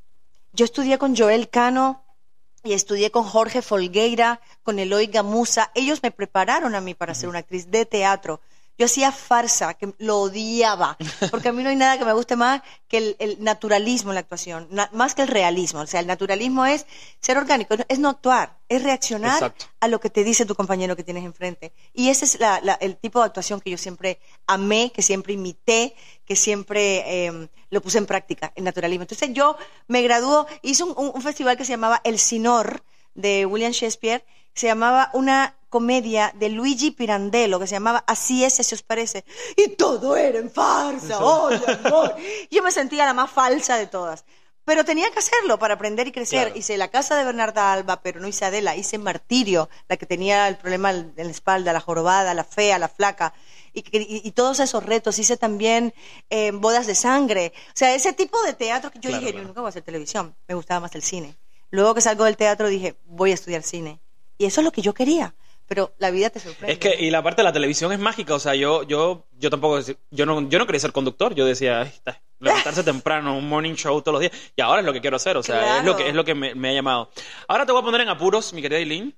Yo estudié con Joel Cano y estudié con Jorge Folgueira, con Eloy Gamuza. Ellos me prepararon a mí para uh-huh. ser una actriz de teatro. Yo hacía farsa, que lo odiaba, porque a mí no hay nada que me guste más que el, el naturalismo en la actuación, na, más que el realismo. O sea, el naturalismo es ser orgánico, es no actuar, es reaccionar Exacto. a lo que te dice tu compañero que tienes enfrente. Y ese es la, la, el tipo de actuación que yo siempre amé, que siempre imité, que siempre eh, lo puse en práctica, el naturalismo. Entonces yo me graduó, hice un, un, un festival que se llamaba El Sinor, de William Shakespeare, se llamaba una comedia de Luigi Pirandello que se llamaba Así es, si os parece, y todo era en farsa, ¡oh, amor! Yo me sentía la más falsa de todas, pero tenía que hacerlo para aprender y crecer. Claro. Hice La Casa de Bernarda Alba, pero no hice Adela, hice Martirio, la que tenía el problema en la espalda, la jorobada, la fea, la flaca, y, y, y todos esos retos. Hice también eh, Bodas de Sangre, o sea, ese tipo de teatro que yo claro, dije, claro. yo nunca voy a hacer televisión, me gustaba más el cine. Luego que salgo del teatro dije, voy a estudiar cine, y eso es lo que yo quería. Pero la vida te sorprende. Es que, y la parte de la televisión es mágica, o sea, yo, yo, yo tampoco, yo no, yo no quería ser conductor, yo decía, ay, está, levantarse temprano, un morning show todos los días, y ahora es lo que quiero hacer, o sea, claro. es lo que, es lo que me, me ha llamado. Ahora te voy a poner en apuros, mi querida Aileen,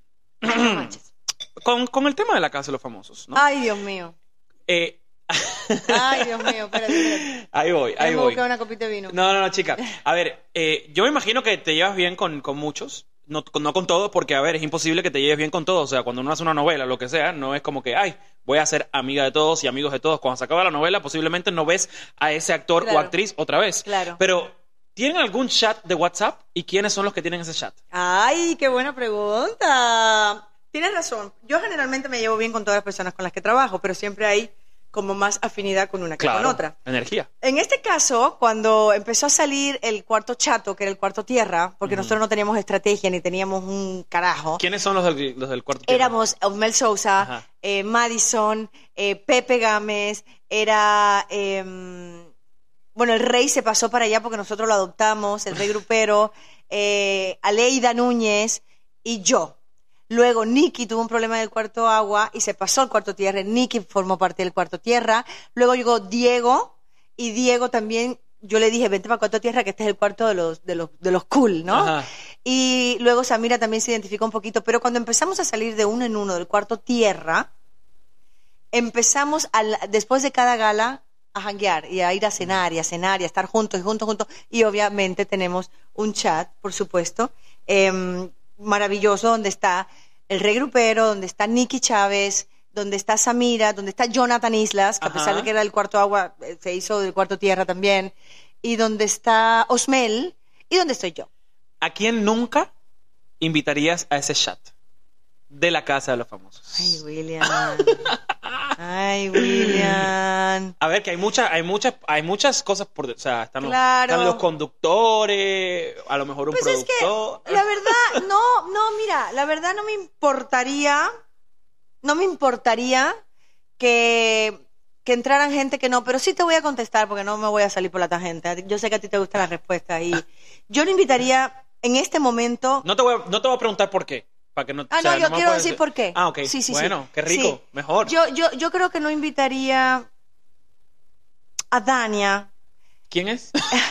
con, con el tema de La Casa de los Famosos, ¿no? Ay, Dios mío. Eh, Ay, Dios mío, espérate, espérate. Ahí voy, ahí voy. Una copita de vino. No, no, no, chica. A ver, eh, yo me imagino que te llevas bien con, con muchos. No, no con todos, porque, a ver, es imposible que te lleves bien con todos. O sea, cuando uno hace una novela, lo que sea, no es como que, ay, voy a ser amiga de todos y amigos de todos. Cuando se acaba la novela, posiblemente no ves a ese actor claro. o actriz otra vez. Claro. Pero, ¿tienen algún chat de WhatsApp? ¿Y quiénes son los que tienen ese chat? Ay, qué buena pregunta. Tienes razón. Yo generalmente me llevo bien con todas las personas con las que trabajo, pero siempre hay como más afinidad con una que claro, con otra. Energía. En este caso, cuando empezó a salir el cuarto chato, que era el cuarto tierra, porque uh-huh. nosotros no teníamos estrategia ni teníamos un carajo. ¿Quiénes son los del, los del cuarto tierra? Éramos Osmel Sousa, eh, Madison, eh, Pepe Gámez, era... Eh, bueno, el rey se pasó para allá porque nosotros lo adoptamos, el rey grupero, eh, Aleida Núñez y yo. Luego Nicky tuvo un problema en el cuarto agua y se pasó al cuarto tierra. Nicky formó parte del cuarto tierra. Luego llegó Diego y Diego también, yo le dije, vente para el cuarto tierra que este es el cuarto de los, de los, de los cool, ¿no? Ajá. Y luego Samira también se identificó un poquito. Pero cuando empezamos a salir de uno en uno del cuarto tierra, empezamos, a la, después de cada gala, a janguear y a ir a cenar y a cenar y a estar juntos y juntos, juntos. Y obviamente tenemos un chat, por supuesto, eh, maravilloso, donde está el rey grupero, donde está Nicky Chávez, donde está Samira, donde está Jonathan Islas, que Ajá. a pesar de que era del cuarto agua, se hizo del cuarto tierra también, y donde está Osmel, y donde estoy yo. ¿A quién nunca invitarías a ese chat de La Casa de los Famosos? Ay, William. Ay, William. A ver, que hay muchas, hay muchas, hay muchas cosas por, o sea, están, claro. los, están los conductores, a lo mejor un pues productor. Es que, la verdad, no, no, mira, la verdad no me importaría no me importaría que, que entraran gente que no, pero sí te voy a contestar porque no me voy a salir por la tangente. Yo sé que a ti te gusta la respuesta y yo no invitaría en este momento... No te voy a, no te voy a preguntar por qué. Para que no, ah, o sea, no, yo no quiero puedes... decir por qué. Ah, ok. Sí, sí, bueno, sí. qué rico, Sí. mejor. Yo, yo, yo creo que no invitaría a Dania. ¿Quién es?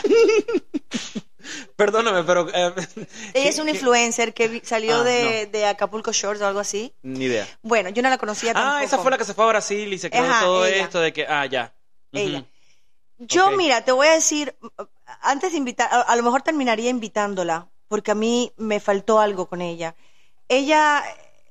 Perdóname, pero... Eh, Ella es una ¿qué? influencer que vi- salió Ah, de, no. de Acapulco Shores o algo así. Ni idea. Bueno, yo no la conocía tampoco. Ah, esa fue la que se fue a Brasil y se creó Ajá, todo ella. esto de que... Ah, ya. Ujú. Ella. Yo, Ok. mira, te voy a decir, antes de invitar, a, a lo mejor terminaría invitándola, porque a mí me faltó algo con ella. Ella,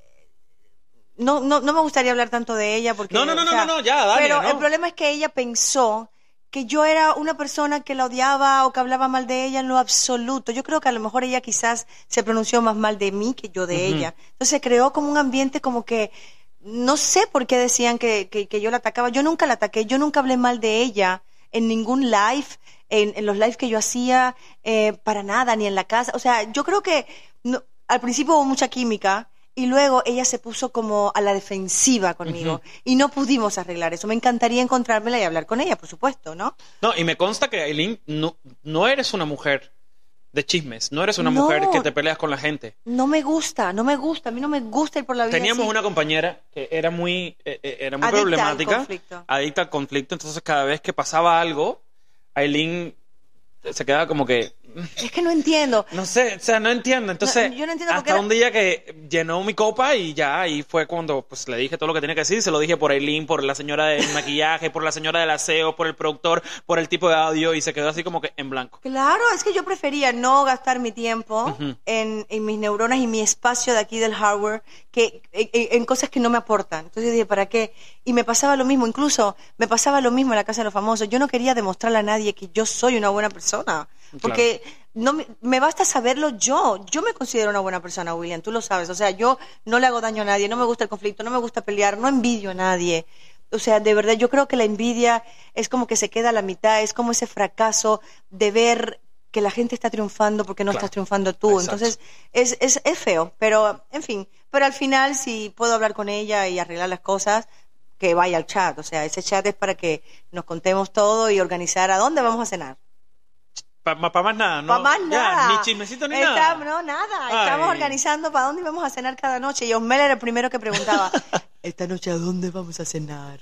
no, no, no me gustaría hablar tanto de ella, porque... No, no, no, o no, sea, no, no, ya, dale, pero ¿no? el problema es que ella pensó que yo era una persona que la odiaba o que hablaba mal de ella en lo absoluto. Yo creo que a lo mejor ella quizás se pronunció más mal de mí que yo de Ujú. ella. Entonces se creó como un ambiente como que... No sé por qué decían que, que, que yo la atacaba. Yo nunca la ataqué, yo nunca hablé mal de ella en ningún live, en, en los lives que yo hacía, eh, para nada, ni en la casa. O sea, yo creo que no- al principio hubo mucha química y luego ella se puso como a la defensiva conmigo Ujú. y no pudimos arreglar eso. Me encantaría encontrármela y hablar con ella, por supuesto, ¿no? No, y me consta que, Aileen, no, no eres una mujer de chismes. No eres una No. mujer que te peleas con la gente. No me gusta, no me gusta, a mí no me gusta ir por la vida Teníamos así. una compañera que era muy, eh, eh, era muy Adicta al problemática, conflicto. adicta al conflicto, entonces cada vez que pasaba algo, Aileen se quedaba como que, Es que no entiendo. no sé, o sea, no entiendo. Entonces, No, yo no entiendo por hasta qué era- un día que llenó mi copa y ya, ahí fue cuando pues le dije todo lo que tenía que decir. Se lo dije por Aileen, por la señora del maquillaje, por la señora del aseo, por el productor, por el tipo de audio y se quedó así como que en blanco. Claro, es que yo prefería no gastar mi tiempo Ujú. en, en mis neuronas y mi espacio de aquí del hardware que en, en cosas que no me aportan. Entonces yo dije, ¿para qué? Y me pasaba lo mismo, incluso me pasaba lo mismo en la Casa de los Famosos. Yo no quería demostrarle a nadie que yo soy una buena persona, porque no me, me basta saberlo yo. Yo me considero una buena persona, William, tú lo sabes. O sea, yo no le hago daño a nadie, no me gusta el conflicto, no me gusta pelear, no envidio a nadie. O sea, de verdad, yo creo que la envidia es como que se queda a la mitad, es como ese fracaso de ver que la gente está triunfando porque no Claro. estás triunfando tú. Exacto. Entonces, es, es, es feo, pero, en fin. Pero al final, si puedo hablar con ella y arreglar las cosas, que vaya al chat. O sea, ese chat es para que nos contemos todo y organizar a dónde vamos a cenar. Para más nada, ¿no? Para más Ya, nada. ni chismecito ni Está- nada. No, nada. Ay. Estamos organizando para dónde íbamos a cenar cada noche. Y Osmel era el primero que preguntaba, esta noche a dónde vamos a cenar.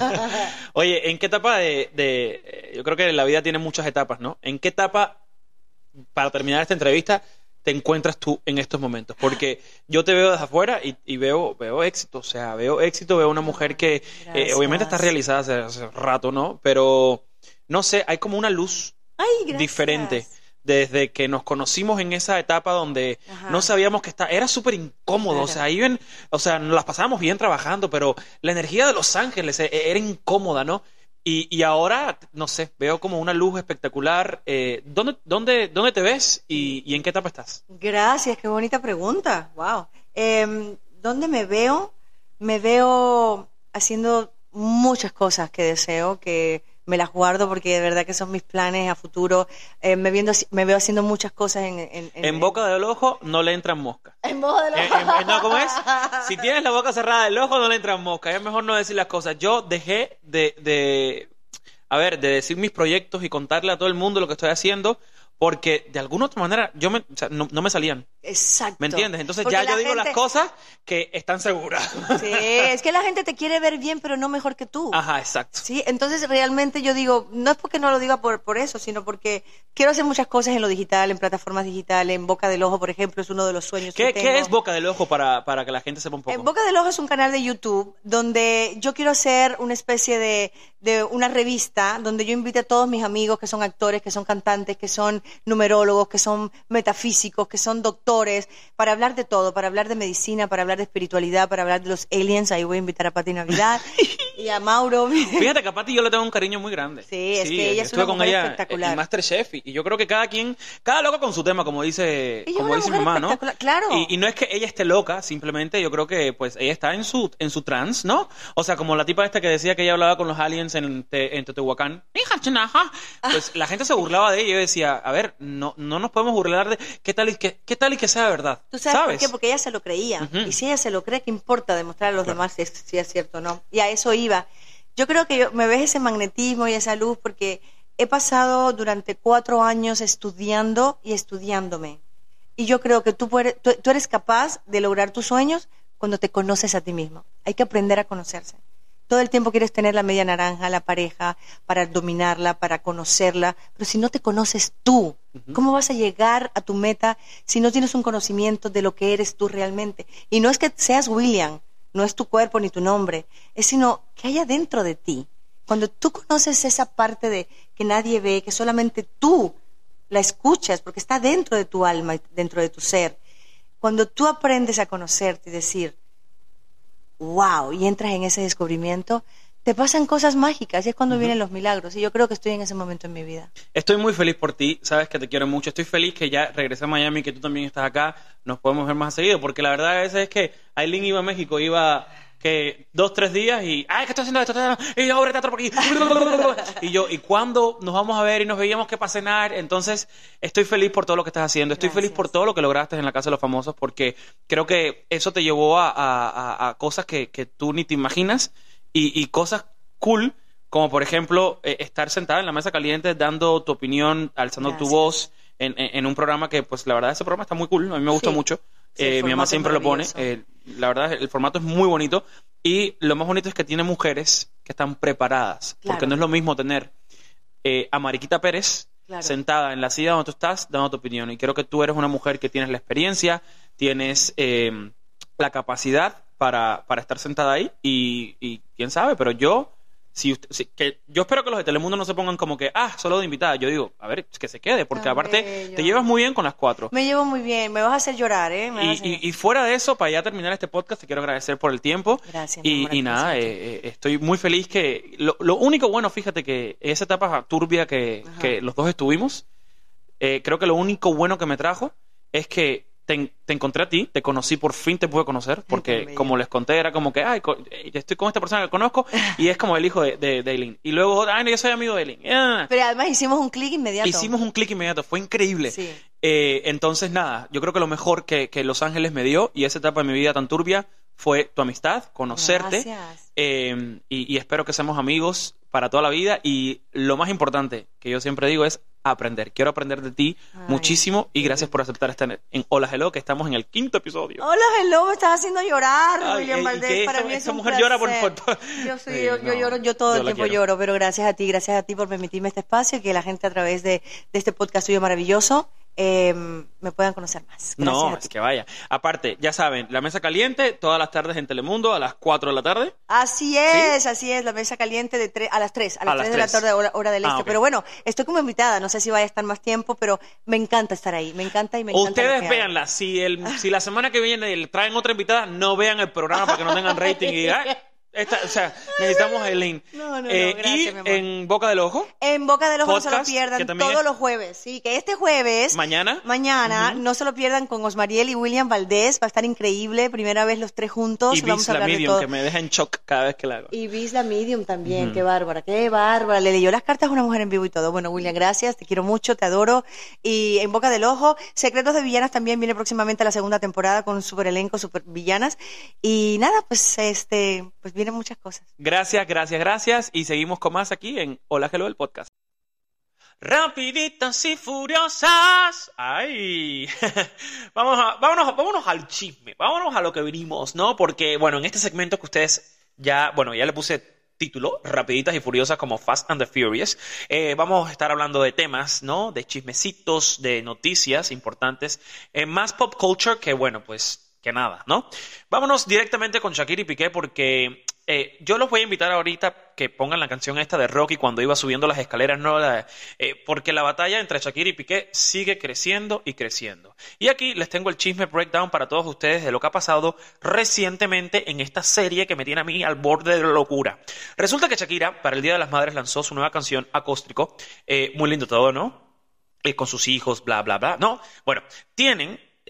Oye, ¿en qué etapa de, de- eh, yo creo que la vida tiene muchas etapas, ¿no? ¿En qué etapa, para terminar esta entrevista, te encuentras tú en estos momentos? Porque yo te veo desde afuera y, y veo, veo éxito, o sea, veo éxito, veo una mujer que eh, Gracias. obviamente está realizada hace, hace rato, ¿no? Pero, no sé, hay como una luz Ay, gracias. diferente. Desde que nos conocimos en esa etapa donde Ajá. no sabíamos que está, era súper incómodo, Claro. o sea, iban, o sea, nos las pasábamos bien trabajando, pero la energía de Los Ángeles eh, era incómoda, ¿no? Y, y ahora, no sé, veo como una luz espectacular. Eh, ¿dónde, dónde, ¿Dónde te ves y, y en qué etapa estás? Gracias, qué bonita pregunta. Wow. Eh, ¿Dónde me veo? Me veo haciendo muchas cosas que deseo, que me las guardo porque de verdad que son mis planes a futuro. Eh, me, viendo, me veo haciendo muchas cosas en... En, en, En boca del ojo no le entran moscas. en voz de los- Eh, eh, no, ¿cómo es? Si tienes la boca cerrada del ojo, no le entran moscas. Es mejor no decir las cosas. Yo dejé de, de, a ver, de decir mis proyectos y contarle a todo el mundo lo que estoy haciendo, porque de alguna otra manera yo me, o sea, no, no me salían. Exacto. ¿Me entiendes? Entonces Porque ya la yo digo las gente- cosas que están seguras. Sí, es que la gente te quiere ver bien, pero no mejor que tú. Ajá, exacto. Sí, entonces realmente yo digo, no es porque no lo diga por, por eso, sino porque quiero hacer muchas cosas en lo digital, en plataformas digitales, en Boca del Ojo, por ejemplo, es uno de los sueños ¿Qué, que tengo. ¿Qué es boca del ojo para, para que la gente sepa un poco? Eh, Boca del Ojo es un canal de YouTube donde yo quiero hacer una especie de, de una revista donde yo invite a todos mis amigos que son actores, que son cantantes, que son numerólogos, que son metafísicos, que son doctores, para hablar de todo, para hablar de medicina, para hablar de espiritualidad, para hablar de los aliens. Ahí voy a invitar a Pati Navidad y a Mauro. Fíjate que a Pati yo le tengo un cariño muy grande. Sí, es que ella es estuve una con mujer ella espectacular. en MasterChef y y yo creo que cada quien, cada loco con su tema, como dice, Ella es como una dice mi mujer mamá, ¿no? espectacular, claro. Y, y no es que ella esté loca, simplemente yo creo que pues ella está en su en su trance, ¿no? O sea, como la tipa esta que decía que ella hablaba con los aliens en, Te- en Teotihuacán. Pues la gente se burlaba de ella y yo decía, a ver, no, no nos podemos burlar de qué tal y qué, qué tal y y que sea verdad. ¿Tú sabes, sabes por qué? Porque ella se lo creía. Uh-huh. Y si ella se lo cree, ¿qué importa demostrar a los claro. demás si es, si es cierto o no? Y a eso iba. Yo creo que yo, me ves ese magnetismo y esa luz porque he pasado durante cuatro años estudiando y estudiándome. Y yo creo que tú, puedes, tú, tú eres capaz de lograr tus sueños cuando te conoces a ti mismo. Hay que aprender a conocerse. Todo el tiempo quieres tener la media naranja, la pareja, para dominarla, para conocerla, pero si no te conoces tú, uh-huh. ¿cómo vas a llegar a tu meta si no tienes un conocimiento de lo que eres tú realmente? Y no es que seas William, no es tu cuerpo ni tu nombre, es sino que hay adentro de ti. Cuando tú conoces esa parte de que nadie ve, que solamente tú la escuchas, porque está dentro de tu alma, dentro de tu ser, cuando tú aprendes a conocerte y decir, wow, y entras en ese descubrimiento, te pasan cosas mágicas y es cuando uh-huh. vienen los milagros. Y yo creo que estoy en ese momento en mi vida. Estoy muy feliz por ti, sabes que te quiero mucho. Estoy feliz que ya regresé a Miami, que tú también estás acá. Nos podemos ver más seguido, porque la verdad a veces es que Aileen iba a México, iba que dos, tres días y ¡ay, que estoy haciendo esto! Y ahora teatro por aquí. Y yo, ¿y cuándo nos vamos a ver? Y nos veíamos que para cenar. Entonces, estoy feliz por todo lo que estás haciendo. Estoy Gracias. feliz por todo lo que lograste en la Casa de los Famosos, porque creo que eso te llevó a, a, a cosas que, que tú ni te imaginas y, y cosas cool, como por ejemplo, eh, estar sentada en la mesa caliente dando tu opinión, alzando Gracias. tu voz en, en, en un programa que, pues la verdad, ese programa está muy cool. A mí me gusta sí. mucho. Sí, eh, mi mamá siempre lo pone. Eh, la verdad, el formato es muy bonito. Y lo más bonito es que tiene mujeres que están preparadas. Claro. Porque no es lo mismo tener eh, a Mariquita Pérez claro. sentada en la silla donde tú estás dando tu opinión. Y creo que tú eres una mujer que tienes la experiencia, tienes eh, la capacidad para, para estar sentada ahí. Y, y quién sabe, pero yo... Si usted, si, que yo espero que los de Telemundo no se pongan como que, ah, solo de invitada. Yo digo, a ver, que se quede, porque Tan aparte bello. te llevas muy bien con las cuatro. Me llevo muy bien, me vas a hacer llorar, ¿eh? Me y, vas a hacer... y, y fuera de eso, para ya terminar este podcast, te quiero agradecer por el tiempo. Gracias. Y, amor, y nada, eh, estoy muy feliz que... Lo, lo único bueno, fíjate que esa etapa turbia que, que los dos estuvimos, eh, creo que lo único bueno que me trajo es que Te, te encontré a ti, te conocí, por fin te pude conocer, porque como les conté, era como que, ay, estoy con esta persona que conozco, y es como el hijo de, de, de Aileen. Y luego, ay, no, yo soy amigo de Aileen. Yeah. Pero además hicimos un clic inmediato. Hicimos un clic inmediato, fue increíble. Sí. Eh, entonces, nada, yo creo que lo mejor que, que Los Ángeles me dio, y esa etapa de mi vida tan turbia, fue tu amistad, conocerte. Gracias. Eh, y, y espero que seamos amigos para toda la vida. Y lo más importante que yo siempre digo es aprender. Quiero aprender de ti Ay, muchísimo y gracias por aceptar estar en Hola Hello, que estamos en el quinto episodio. Hola Hello, me estás haciendo llorar, Ay, William Valdés. Que para esta, mí es esta un mujer placer. llora por... por... Yo, sí, sí, yo, no, yo lloro, yo todo yo el tiempo quiero. lloro, pero gracias a ti, gracias a ti por permitirme este espacio y que la gente a través de, de este podcast tuyo maravilloso eh, me puedan conocer más. Gracias no, a ti. es que vaya. Aparte, ya saben, La Mesa Caliente, todas las tardes en Telemundo a las cuatro de la tarde. Así es, ¿Sí? así es, La Mesa Caliente de tre- a las tres, a las a tres las de tres. la tarde, hora, hora del este. Ah, okay. Pero bueno, estoy como invitada, no sé si vaya a estar más tiempo, pero me encanta estar ahí, me encanta y me encanta. Ustedes lo que véanla, si, el, si la semana que viene le traen otra invitada, no vean el programa para que no tengan rating y digan, esta, o sea, necesitamos a Aileen. No, no, eh, no, gracias, y mi amor. en Boca del Ojo. En Boca del Ojo no se podcast, lo pierdan todos es... es... los jueves, sí, que este jueves, mañana, mañana, uh-huh. no se lo pierdan con Osmariel y William Valdés, va a estar increíble, primera vez los tres juntos. Y Viz la Medium, que me deja en shock cada vez que la hago. Y Viz la Medium también, uh-huh. qué bárbara, qué bárbara, le leyó las cartas a una mujer en vivo y todo. Bueno, William, gracias, te quiero mucho, te adoro. Y en Boca del Ojo, Secretos de Villanas también viene próximamente la segunda temporada con un super elenco, super villanas. Y nada, pues este, pues vienen muchas cosas. Gracias, gracias, gracias. Y seguimos con más aquí en Hola Hello, el podcast. Rapiditas y furiosas. Ay. Vamos a, vámonos, vámonos al chisme. Vámonos a lo que venimos, ¿no? Porque, bueno, en este segmento que ustedes ya, bueno, ya le puse título, Rapiditas y Furiosas como Fast and the Furious. Eh, vamos a estar hablando de temas, ¿no? De chismecitos, de noticias importantes. Eh, más pop culture que, bueno, pues, que nada, ¿no? Vámonos directamente con Shakira y Piqué porque... Eh, yo los voy a invitar ahorita que pongan la canción esta de Rocky cuando iba subiendo las escaleras, ¿no? La, eh, porque la batalla entre Shakira y Piqué sigue creciendo y creciendo. Y aquí les tengo el chisme breakdown para todos ustedes de lo que ha pasado recientemente en esta serie que me tiene a mí al borde de la locura. Resulta que Shakira, para el Día de las Madres, lanzó su nueva canción Acústico. Eh, muy lindo todo, ¿no? Eh, con sus hijos, bla, bla, bla. No, bueno, tienen...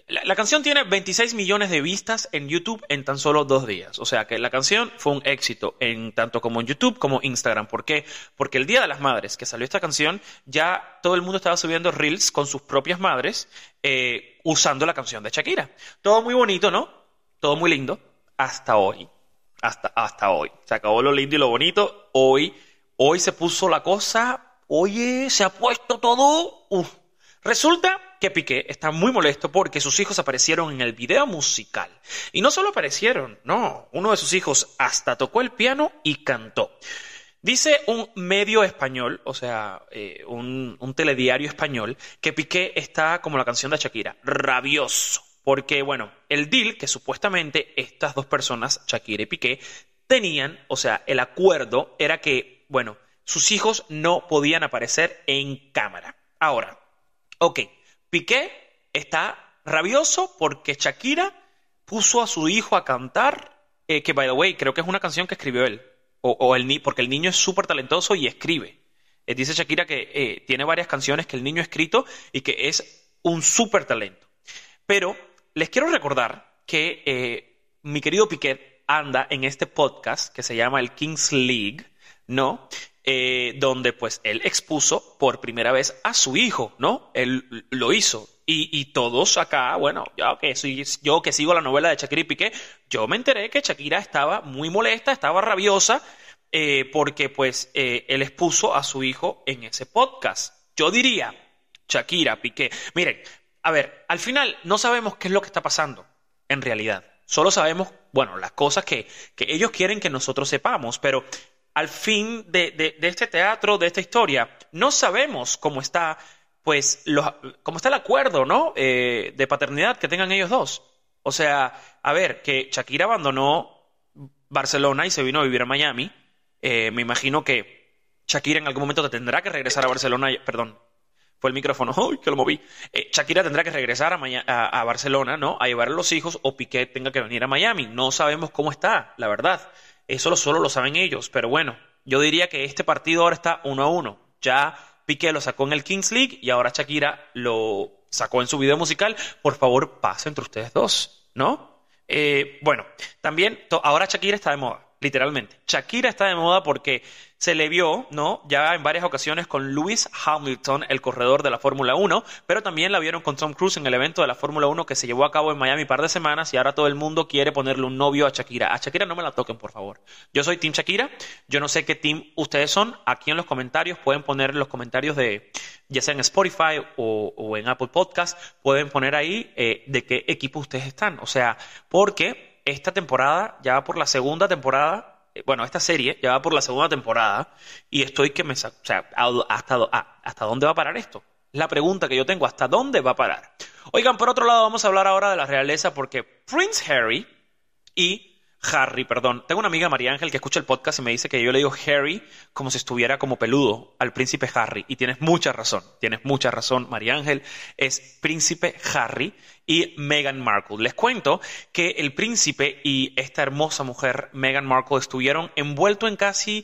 La, la canción tiene veintiséis millones de vistas en YouTube en tan solo dos días. O sea que la canción fue un éxito en tanto como en YouTube como Instagram. ¿Por qué? Porque el Día de las Madres que salió esta canción, ya todo el mundo estaba subiendo reels con sus propias madres eh, usando la canción de Shakira. Todo muy bonito, ¿no? Todo muy lindo. Hasta hoy. Hasta, hasta hoy. Se acabó lo lindo y lo bonito. Hoy, hoy se puso la cosa... Oye, se ha puesto todo... Uf. Resulta que Piqué está muy molesto porque sus hijos aparecieron en el video musical. Y no solo aparecieron, no. Uno de sus hijos hasta tocó el piano y cantó. Dice un medio español, o sea, eh, un, un telediario español, que Piqué está como la canción de Shakira, rabioso. Porque, bueno, el deal que supuestamente estas dos personas, Shakira y Piqué, tenían, o sea, el acuerdo era que, bueno, sus hijos no podían aparecer en cámara. Ahora, ok, Piqué está rabioso porque Shakira puso a su hijo a cantar, eh, que by the way, creo que es una canción que escribió él, o, o el ni porque el niño es súper talentoso y escribe. Eh, dice Shakira que eh, tiene varias canciones que el niño ha escrito y que es un súper talento. Pero les quiero recordar que eh, mi querido Piqué anda en este podcast que se llama el Kings League, ¿no? Eh, donde pues él expuso por primera vez a su hijo, ¿no? Él lo hizo. Y, y todos acá, bueno, yo que, soy, yo que sigo la novela de Shakira y Piqué, yo me enteré que Shakira estaba muy molesta, estaba rabiosa, eh, porque pues eh, él expuso a su hijo en ese podcast. Yo diría, Shakira, Piqué, miren, a ver, al final no sabemos qué es lo que está pasando en realidad. Solo sabemos, bueno, las cosas que, que ellos quieren que nosotros sepamos, pero... Al fin de, de, de este teatro, de esta historia, no sabemos cómo está, pues, los, cómo está el acuerdo, ¿no? Eh, de paternidad que tengan ellos dos. O sea, a ver, que Shakira abandonó Barcelona y se vino a vivir a Miami. Eh, me imagino que Shakira en algún momento tendrá que regresar a Barcelona. Y, perdón, fue el micrófono. ¡Uy, que lo moví! Eh, Shakira tendrá que regresar a, a, a Barcelona, ¿no? A llevar a los hijos, o Piqué tenga que venir a Miami. No sabemos cómo está, la verdad. Eso solo lo saben ellos, pero bueno, yo diría que este partido ahora está uno a uno. Ya Piqué lo sacó en el Kings League y ahora Shakira lo sacó en su video musical. Por favor, pase entre ustedes dos, ¿no? Eh, bueno, también ahora Shakira está de moda, literalmente. Shakira está de moda porque se le vio, ¿no? Ya en varias ocasiones con Lewis Hamilton, el corredor de la Fórmula uno, pero también la vieron con Tom Cruise en el evento de la Fórmula uno que se llevó a cabo en Miami un par de semanas y ahora todo el mundo quiere ponerle un novio a Shakira. A Shakira no me la toquen, por favor. Yo soy Team Shakira. Yo no sé qué team ustedes son. Aquí en los comentarios pueden poner en los comentarios de, ya sea en Spotify o, o en Apple Podcast, pueden poner ahí eh, de qué equipo ustedes están. O sea, porque esta temporada, ya va por la segunda temporada, bueno, esta serie ya va por la segunda temporada y estoy que me... O sea, ¿hasta, ¿hasta dónde va a parar esto? Es la pregunta que yo tengo, ¿hasta dónde va a parar? Oigan, por otro lado, vamos a hablar ahora de la realeza porque Prince Harry y... Harry, perdón. Tengo una amiga, María Ángel, que escucha el podcast y me dice que yo le digo Harry como si estuviera como peludo al príncipe Harry. Y tienes mucha razón, tienes mucha razón, María Ángel. Es príncipe Harry y Meghan Markle. Les cuento que el príncipe y esta hermosa mujer, Meghan Markle, estuvieron envueltos en casi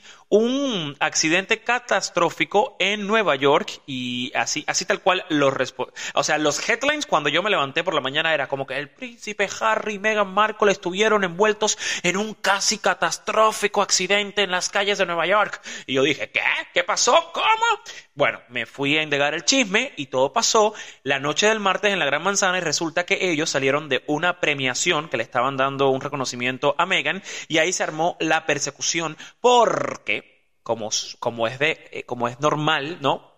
un accidente catastrófico en Nueva York y así, así tal cual los... O sea, los headlines cuando yo me levanté por la mañana era como que el príncipe Harry y Meghan Markle estuvieron envueltos en un casi catastrófico accidente en las calles de Nueva York. Y yo dije, ¿qué? ¿Qué pasó? ¿Cómo? Bueno, me fui a indagar el chisme y todo pasó la noche del martes en la Gran Manzana y resulta que ellos salieron de una premiación que le estaban dando un reconocimiento a Meghan y ahí se armó la persecución porque, como, como, es, de, eh, como es normal, ¿no?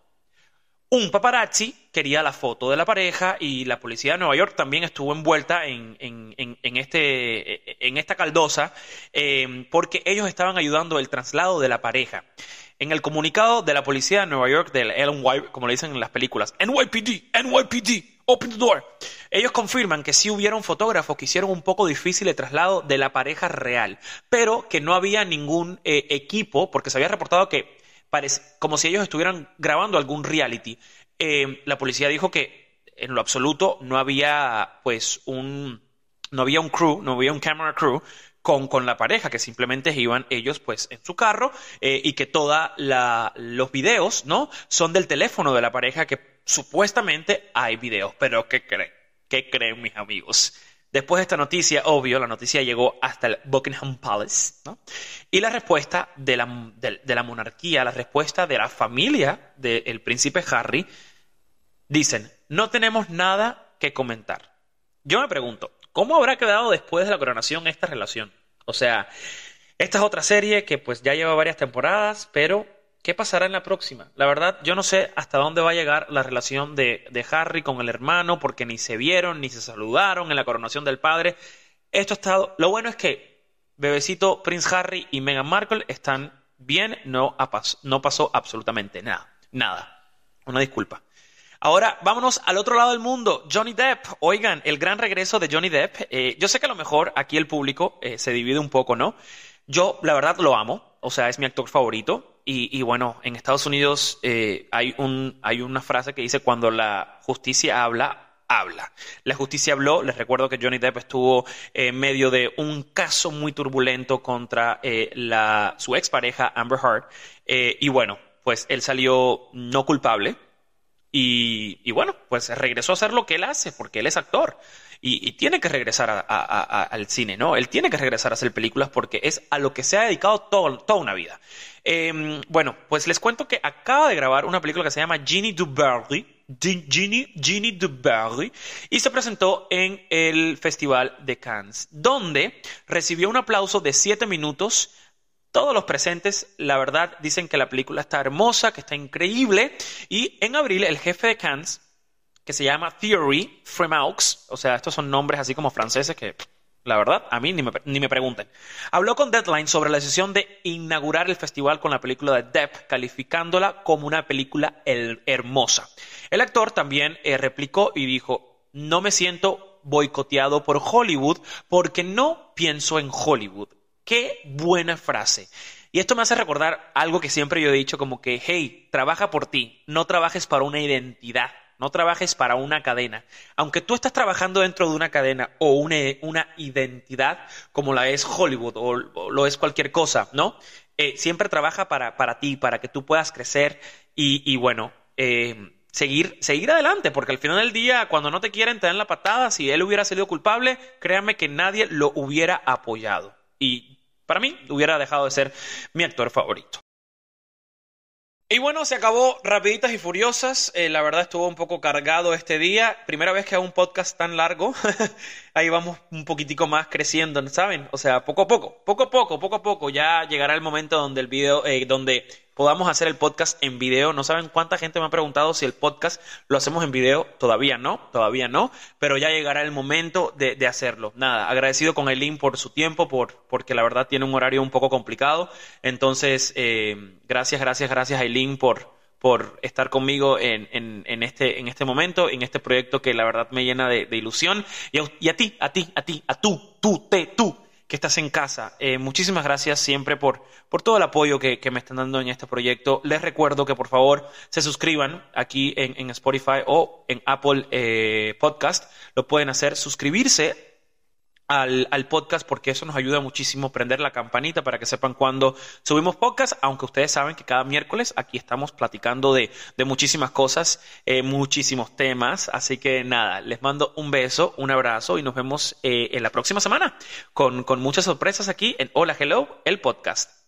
Un paparazzi quería la foto de la pareja y la policía de Nueva York también estuvo envuelta en, en, en, en, este, en esta caldosa eh, porque ellos estaban ayudando el traslado de la pareja. En el comunicado de la policía de Nueva York, del N Y, como le dicen en las películas, N Y P D, N Y P D, open the door. Ellos confirman que sí hubieron fotógrafos que hicieron un poco difícil el traslado de la pareja real, pero que no había ningún eh, equipo, porque se había reportado que parece como si ellos estuvieran grabando algún reality. Eh, la policía dijo que en lo absoluto no había pues un no había un crew, no había un camera crew con, con la pareja, que simplemente iban ellos pues en su carro eh, y que todos los videos, ¿no? son del teléfono de la pareja, que supuestamente hay videos. Pero ¿qué creen? ¿Qué creen, mis amigos? Después de esta noticia, obvio, la noticia llegó hasta el Buckingham Palace, ¿no? Y la respuesta de la, de, de la monarquía, la respuesta de la familia del príncipe Harry, dicen, no tenemos nada que comentar. Yo me pregunto, ¿cómo habrá quedado después de la coronación esta relación? O sea, esta es otra serie que pues ya lleva varias temporadas, pero ¿qué pasará en la próxima? La verdad, yo no sé hasta dónde va a llegar la relación de, de Harry con el hermano, porque ni se vieron, ni se saludaron en la coronación del padre. Esto ha estado... Lo bueno es que bebecito Prince Harry y Meghan Markle están bien, no, ha pas... no pasó absolutamente nada. Nada. Una disculpa. Ahora, vámonos al otro lado del mundo. Johnny Depp. Oigan, el gran regreso de Johnny Depp. Eh, yo sé que a lo mejor aquí el público eh, se divide un poco, ¿no? Yo, la verdad, lo amo. O sea, es mi actor favorito. Y, y bueno, en Estados Unidos eh, hay, un, hay una frase que dice, cuando la justicia habla, habla. La justicia habló. Les recuerdo que Johnny Depp estuvo en medio de un caso muy turbulento contra eh, la, su expareja Amber Heard. Eh, y bueno, pues él salió no culpable. Y, y bueno, pues regresó a hacer lo que él hace, porque él es actor. Y, y tiene que regresar a, a, a, al cine, ¿no? Él tiene que regresar a hacer películas porque es a lo que se ha dedicado todo, toda una vida. Eh, bueno, pues les cuento que acaba de grabar una película que se llama Ginny Dubarry. Ginny, Ginny Dubarry. Y se presentó en el Festival de Cannes, donde recibió un aplauso de siete minutos. Todos los presentes, la verdad, dicen que la película está hermosa, que está increíble. Y en abril, el jefe de Cannes, que se llama Thierry Fremaux, o sea, estos son nombres así como franceses que, la verdad, a mí ni me, ni me pregunten, habló con Deadline sobre la decisión de inaugurar el festival con la película de Depp, calificándola como una película el, hermosa. El actor también eh, replicó y dijo, no me siento boicoteado por Hollywood porque no pienso en Hollywood. ¡Qué buena frase! Y esto me hace recordar algo que siempre yo he dicho, como que, hey, trabaja por ti, no trabajes para una identidad, no trabajes para una cadena. Aunque tú estás trabajando dentro de una cadena o una, una identidad como la es Hollywood o, o lo es cualquier cosa, ¿no? Eh, siempre trabaja para, para ti, para que tú puedas crecer y, y bueno, eh, seguir, seguir adelante, porque al final del día, cuando no te quieren, te dan la patada. Si él hubiera salido culpable, créanme que nadie lo hubiera apoyado. Y para mí, hubiera dejado de ser mi actor favorito. Y bueno, se acabó Rapiditas y Furiosas. Eh, la verdad estuvo un poco cargado este día. Primera vez que hago un podcast tan largo. Ahí vamos un poquitico más creciendo, ¿saben? O sea, poco a poco, poco a poco, poco a poco. Ya llegará el momento donde el video, eh, donde podamos hacer el podcast en video. No saben cuánta gente me ha preguntado si el podcast lo hacemos en video. Todavía no, todavía no. Pero ya llegará el momento de, de hacerlo. Nada, agradecido con Aileen por su tiempo, por, porque la verdad tiene un horario un poco complicado. Entonces, eh, gracias, gracias, gracias Aileen por, por estar conmigo en, en, en, este, en este momento, en este proyecto que la verdad me llena de, de ilusión. Y a, y a ti, a ti, a ti, a tú, tú, te, tú. Que estás en casa. Eh, muchísimas gracias siempre por, por todo el apoyo que, que me están dando en este proyecto. Les recuerdo que por favor se suscriban aquí en, en Spotify o en Apple eh, Podcast. Lo pueden hacer, suscribirse al, al podcast, porque eso nos ayuda muchísimo, prender la campanita para que sepan cuando subimos podcast, aunque ustedes saben que cada miércoles aquí estamos platicando de, de muchísimas cosas, eh, muchísimos temas, así que nada, les mando un beso, un abrazo y nos vemos eh, en la próxima semana con, con muchas sorpresas aquí en Hola Hello, el podcast.